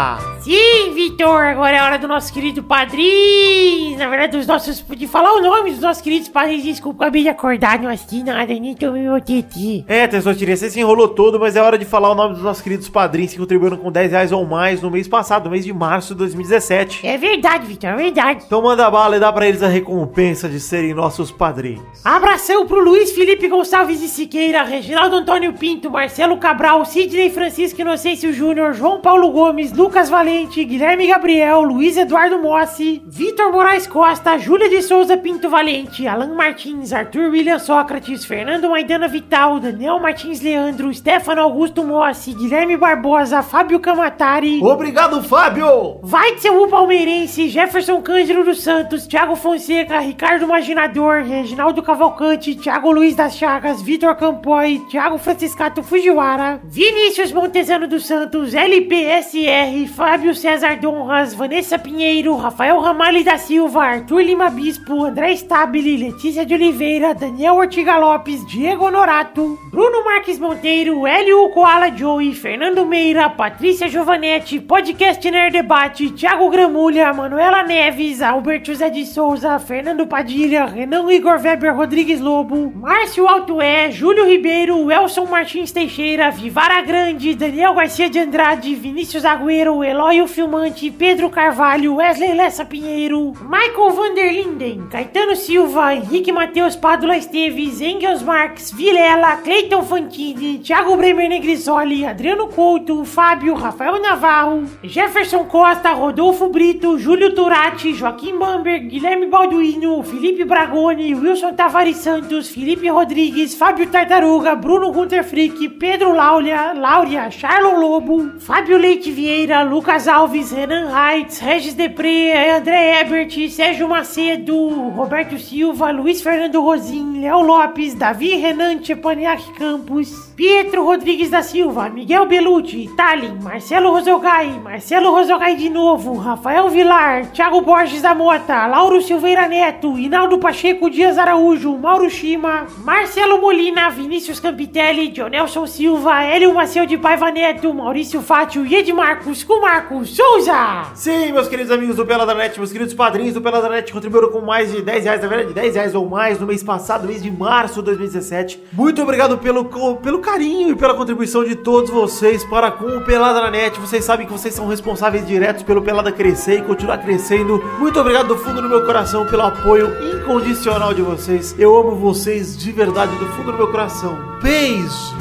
S7: Sim, Vitor, agora é hora do nosso querido padrinho. Na verdade, dos nossos. De falar o nome dos nossos queridos padrinhos. Desculpa, acabei de acordar, não assisti nada, nem tomei meu titi.
S5: É, Testostirinha, você se enrolou todo, mas é hora de falar o nome dos nossos queridos padrinhos que contribuíram com dez reais ou mais no mês passado, no mês de março de dois mil e dezessete.
S7: É verdade, Vitor, é verdade.
S5: Então manda bala e dá pra eles a recompensa de serem nossos padrinhos.
S7: Abração pro Luiz Felipe Gonçalves de Siqueira, Reginaldo Antônio Pinto, Marcelo Cabral, Sidney Francisco Inocêncio Júnior, João Paulo Gomes, Lucas Valente, Guilherme Gabriel, Luiz Eduardo Mossi, Vitor Moraes Costa, Júlia de Souza Pinto Valente, Alan Martins, Arthur William Sócrates, Fernando Maidana Vital, Daniel Martins Leandro, Stefano Augusto Mossi, Guilherme Barbosa, Fábio Camatari.
S5: Obrigado, Fábio!
S7: Weitzel Palmeirense, Jefferson Cândido dos Santos, Thiago Fonseca, Ricardo Maginador, Reginaldo Cavalcante, Thiago Luiz das Chagas, Vitor Campoy, Thiago Franciscato Fujiwara, Vinícius Montezano dos Santos, L P S R, Fábio César Donras, Vanessa Pinheiro, Rafael Ramalho da Silva, Arthur Lima Bispo, André Stabile, Letícia de Oliveira, Daniel Ortiga Lopes, Diego Honorato, Bruno Marques Monteiro, Hélio Koala Joey, Fernando Meira, Patrícia Giovanetti, Podcast Nerd Debate, Thiago Gramulha, Manuela Neves, Alberto José de Souza, Fernando Padilha, Renan Igor Weber Rodrigues Lobo, Márcio Altoé, Júlio Ribeiro, Elson Martins Teixeira, Vivara Grande, Daniel Garcia de Andrade, Vinícius Agüero, Eloy Filmante, Pedro Carvalho, Wesley Lessa Pinheiro, Michael Vanderlinden, Caetano Silva, Henrique Matheus Padula Esteves, Engels Marques, Vilela, Cleiton Fantini, Thiago Bremer Negrisoli, Adriano Couto, Fábio, Rafael Navarro, Jefferson Costa, Rodolfo Brito, Júlio Turati, Joaquim Bamberg, Guilherme Balduino, Felipe Bragoni, Wilson Tavares Santos, Felipe Rodrigues, Fábio Tartaruga, Bruno Gunter Frick, Pedro Laulia, Láurea, Charlon Lobo, Fábio Leite Vieira, Lucas Alves, Renan Reitz, Regis Depré, André Ebert, Sérgio Macedo, Roberto Silva, Luiz Fernando Rosim, Léo Lopes, Davi Renan Tchepaniak Campos, Pietro Rodrigues da Silva, Miguel Belucci, Tallin, Marcelo Rosogai, Marcelo Rosogai de novo, Rafael Vilar, Thiago Borges da Mota, Lauro Silveira Neto, Hinaldo Pacheco Dias Araújo, Mauro Shima, Marcelo Molina, Vinícius Campitelli, Dionelson Silva, Hélio Maciel de Paiva Neto, Maurício Fátio e Edmarcos com Marcos Souza.
S5: Sim, meus queridos amigos do Peladranet, meus queridos padrinhos do Peladranet contribuíram com mais de dez reais, na verdade, dez reais ou mais no mês passado, mês de março de dois mil e dezessete. Muito obrigado pelo, pelo carinho e pela contribuição de todos vocês para com o Peladranet. Vocês sabem que vocês são responsáveis diretos pelo Pelada crescer e continuar crescendo. Muito obrigado do fundo do meu coração pelo apoio incondicional de vocês. Eu amo vocês de verdade, do fundo do meu coração. Beijo!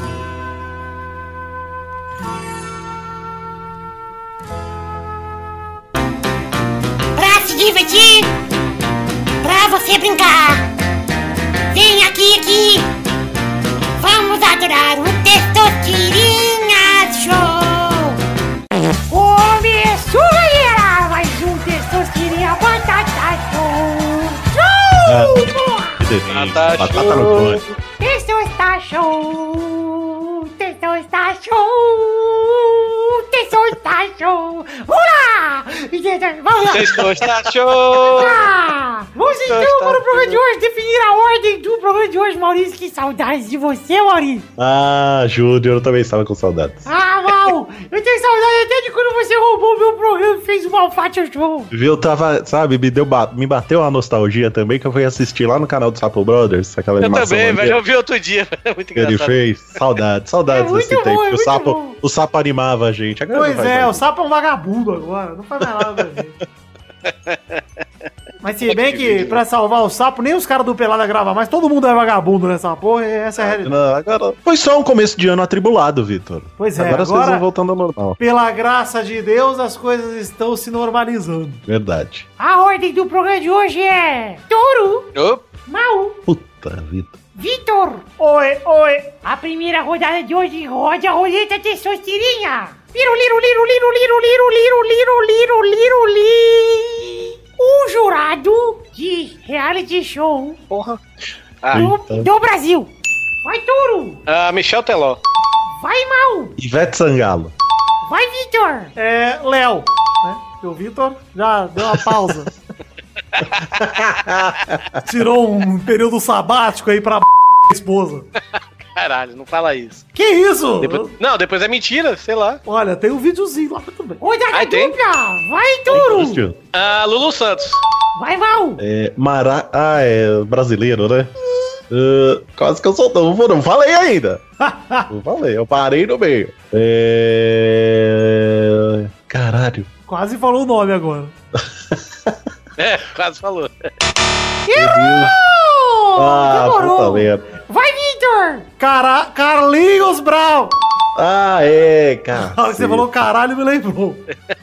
S7: Pra se divertir, pra você brincar, vem aqui, aqui, vamos adorar o Testosterinha Show. Começou, galera, mais um Testosterinha Batata Show. Show!
S3: Batata, batata no pão.
S7: Testosta Show, Testosta Show, Testosta Show. Olá! Vamos lá!
S4: Testosta Show!
S7: Ah, vamos então para o programa de hoje, definir a ordem do programa de hoje, Maurício. Que saudades de você, Maurício.
S3: Ah, Júlio, eu também estava com saudades.
S7: Ah, Mal, eu tenho saudade até de quando você roubou meu programa e fez o Malfátio Show.
S3: Viu, tava, sabe, me, deu, me bateu uma nostalgia também, que eu fui assistir lá no canal do Sapo Brothers, aquela
S4: eu
S3: animação.
S4: Eu também, velho, eu vi outro dia, é muito engraçado.
S3: Ele fez, saudades, saudades
S7: É
S3: desse
S7: muito
S3: tempo,
S7: bom, é
S3: que o
S7: muito
S3: sapo,
S7: bom.
S3: o sapo animava a gente. Agora
S5: Pois
S3: não faz
S5: é,
S3: mais.
S5: o sapo é um vagabundo agora, não faz mais nada da gente. Mas se bem que pra salvar o sapo, nem os caras do Pelada gravam mais, todo mundo é vagabundo nessa porra, e essa é a realidade.
S3: Não, agora foi só um começo de ano atribulado, Vitor.
S5: Pois é,
S3: agora as
S5: agora,
S3: coisas vão voltando ao normal.
S5: pela graça de Deus, as coisas estão se normalizando.
S3: Verdade.
S7: A ordem do programa de hoje é Touro,
S4: Opa.
S7: Mal,
S3: Puta vida.
S7: Vitor.
S5: Oi, oi.
S7: A primeira rodada de hoje roda a roleta Testosterinha. Liro, liro, liro, liro, liro, liro, liro, liro, liro, liro, liro. Um jurado de reality show
S4: Porra. Ah,
S7: do,
S3: Eita.
S7: do Brasil. Vai, Touro.
S4: ah, Michel Teló.
S7: Vai, Mal.
S3: Ivete Sangalo.
S7: Vai, Vitor.
S5: É, Léo, né? Porque o Vitor já deu uma pausa. Tirou um período sabático aí pra esposa.
S4: Caralho, não fala isso.
S5: Que isso?
S4: Depois... Não, depois é mentira, sei lá.
S5: Olha, tem um videozinho lá também.
S7: Ô, Daga
S4: Ai, tem?
S7: Dupla! Vai, Turo!
S4: Ah, Lulu Santos.
S7: Vai, Val!
S3: É, Mara... Ah, é brasileiro, né? Uh, quase que eu soltei. Não, não falei ainda. Não falei, eu parei no meio. É... Caralho.
S5: Quase falou o nome agora.
S4: É, quase falou.
S7: Errou!
S3: Ah,
S7: Demorou.
S3: puta merda.
S7: Vai, Vitor!
S5: Cara... Carlinhos Brown!
S3: Ah, é, cara.
S5: Na hora que você falou caralho, me lembrou.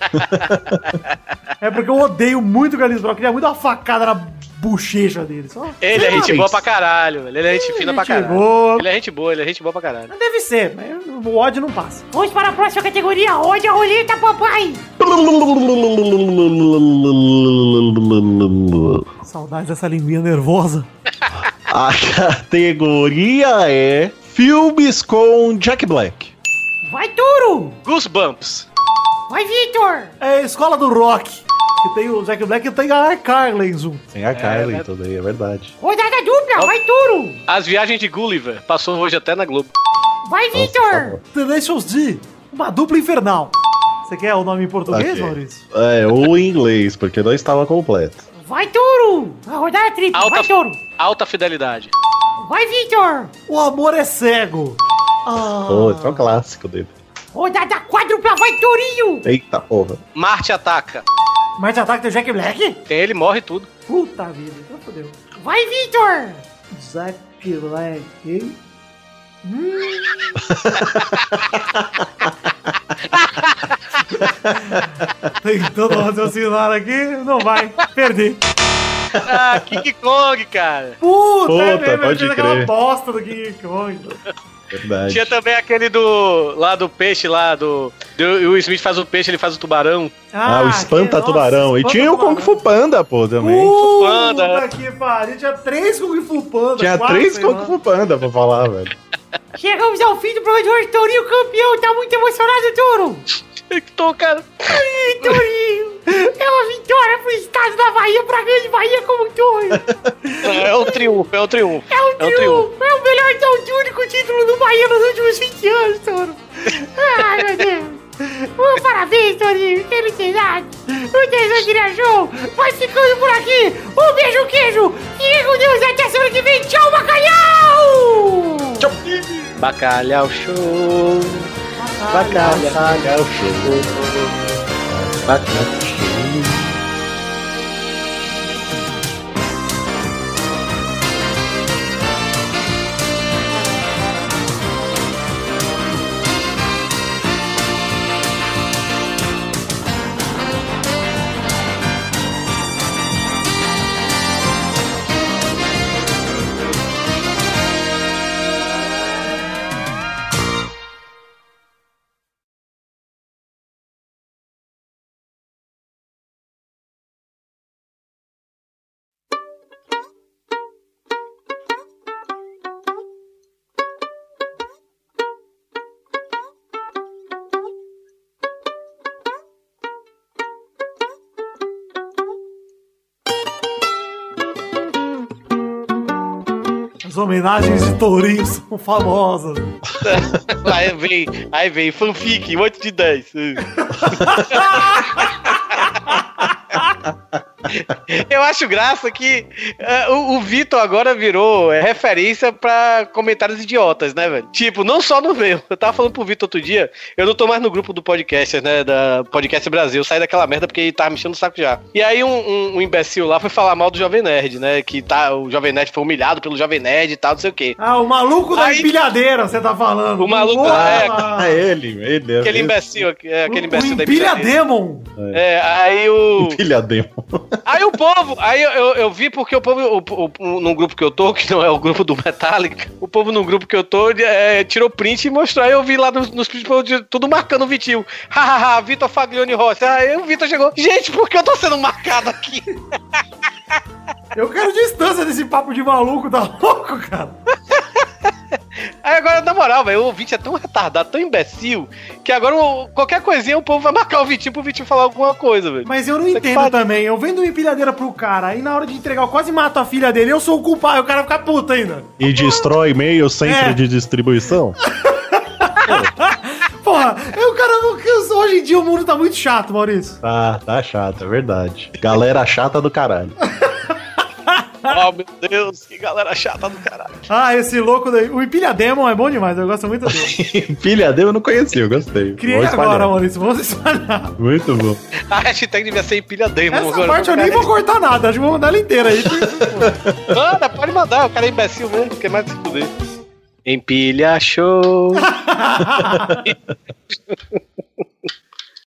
S5: É porque eu odeio muito o Carlinhos Brown. Eu queria muito uma facada na bochecha dele. Só...
S4: Ele é
S5: Sei lá,
S4: gente boa pra caralho, velho. Ele é gente fina pra
S5: gente
S4: caralho.
S5: boa.
S4: Ele é gente boa, ele é gente boa pra caralho.
S5: Não deve ser, mas o ódio não passa.
S7: Vamos para a próxima categoria. Ódio a roleta, papai!
S5: Saudades dessa linguinha nervosa.
S3: A categoria é filmes com Jack Black.
S7: Vai, Turo!
S4: Goosebumps.
S7: Vai, Vitor!
S5: É a Escola do Rock. Que tem o Jack Black e tem a Carly Zoom.
S3: Tem a Kylie
S4: né?
S3: também, é verdade.
S7: Rodada dupla, vai, Turo!
S4: As Viagens de Gulliver. Passou hoje até na Globo.
S7: Vai, Vitor!
S5: Tenacious D. Uma dupla infernal. Você quer o nome em português,
S3: Ok.
S5: Maurício?
S3: É, ou em inglês, porque não estava completo.
S7: Vai, Turo! A rodada tripla,
S4: Alta,
S7: vai, Turo!
S4: alta fidelidade.
S7: Vai, Vitor!
S5: O amor é cego. Ah.
S3: Pô, esse é um clássico dele.
S7: Rodada quádrupla, vai, Tourinho!
S3: Eita porra.
S4: Marte Ataca.
S5: Marte Ataque tem o Jack Black?
S4: Tem ele, morre tudo.
S5: Puta vida, então fodeu.
S7: Vai, Vitor!
S5: Jack Black, hein? Tentando raciocinar aqui, não vai. Perdi.
S4: Ah, King Kong, cara.
S5: Puta,
S3: Puta,
S5: é mesmo,
S3: pode
S5: fez aquela
S3: crer.
S5: bosta do King Kong.
S3: Verdade.
S4: Tinha também aquele do. Lá do peixe, lá do. do o Smith faz o peixe, ele faz o tubarão.
S3: Ah, o Espanta
S5: que-
S3: Tubarão.
S5: nossa,
S3: E tinha o
S5: Espanta
S3: Kung Fu Panda, pô, também.
S5: Puta
S4: Panda.
S5: que pariu, tinha três Kung Fu Panda.
S3: tinha
S5: quatro,
S3: três
S5: sei
S3: Kung
S5: lá.
S3: Fu Panda pra falar, velho.
S7: Chegamos ao fim do programa de hoje, Tourinho campeão, tá muito emocionado, Touro?
S4: Tô, cara.
S7: Ih, Tourinho! É uma vitória pro estado da Bahia, pra grande Bahia como um todo!
S4: É o triunfo, é o triunfo.
S7: É um triunfo! É o melhor, é o único título do Bahia nos últimos vinte anos, Touro! Ai, meu Deus! Oh, parabéns, Tourinho! Felicidade! O Deus Guilherme Show vai ficando por aqui! Um beijo, queijo! Fique com Deus até semana que vem! Tchau, bacalhau!
S4: Tchau. Bacalhau show. Bacalhau show. Bacalhau show.
S5: As homenagens de Tourinho são famosas.
S4: Aí vem, aí vem, fanfic, oito de dez. Eu acho graça que uh, o, o Vitor agora virou é, referência pra comentários idiotas, né, velho? Tipo, não só no meu. Eu tava falando pro Vitor outro dia, eu não tô mais no grupo do podcast, né, da Podcast Brasil. Eu saí daquela merda porque ele tava mexendo o saco já. E aí um, um, um imbecil lá foi falar mal do Jovem Nerd, né, que tá, o Jovem Nerd foi humilhado pelo Jovem Nerd e tal, não sei o quê.
S5: Ah, o maluco da
S4: Aí-
S5: empilhadeira, você tá falando.
S4: O maluco
S5: Boa,
S4: da- é,
S5: lá.
S3: Ah, ele, ele.
S4: Aquele
S3: ele-
S4: imbecil, é, aquele
S5: O-
S4: imbecil
S5: o
S4: da
S5: Empilha
S4: empilhadeira.
S5: Demon.
S4: É, aí o...
S3: Pilha demo.
S4: Aí o povo, aí eu, eu, eu vi porque o povo, o, o, o- num grupo que eu tô, que não é o grupo do Metallica, o povo num grupo que eu tô é, tirou print e mostrou. Aí eu vi lá nos, nos prints tudo marcando o Vitinho. Hahaha, Vitor Faglione Rossi. Aí o Vitor chegou. Gente, por que eu tô sendo marcado aqui?
S5: Eu quero distância desse papo de maluco, tá louco, cara?
S4: Aí agora, na moral, velho, o ouvinte é tão retardado, tão imbecil, que agora o- qualquer coisinha o povo vai marcar o Vitinho pro Vitinho falar alguma coisa, velho.
S5: Mas eu não
S4: Isso que
S5: entendo
S4: faz-
S5: também. Eu vendo uma empilhadeira pro cara, aí na hora de entregar eu quase mato a filha dele, eu sou o culpado, e o cara fica puto ainda.
S3: E destrói meio centro
S5: É.
S3: de distribuição?
S5: Porra, é o cara não. Hoje em dia o mundo tá muito chato, Maurício.
S3: Tá, tá chato, é verdade. Galera chata do caralho.
S4: Oh, meu Deus, que galera chata do caralho.
S5: Ah, esse louco daí. O Empilha Demon é bom demais, eu gosto muito dele.
S3: Filha dele eu não conhecia, eu gostei.
S5: Criei
S3: Vou espalhar.
S5: agora, Maurício, vamos espalhar.
S3: Muito bom.
S4: A hashtag devia ser empilha Demon.
S5: Essa
S4: agora.
S5: parte eu nem vou cortar nada, acho que vou mandar ela inteira aí.
S4: Manda, pode mandar, o cara é imbecil mesmo, quer mais se fuder. Empilha show.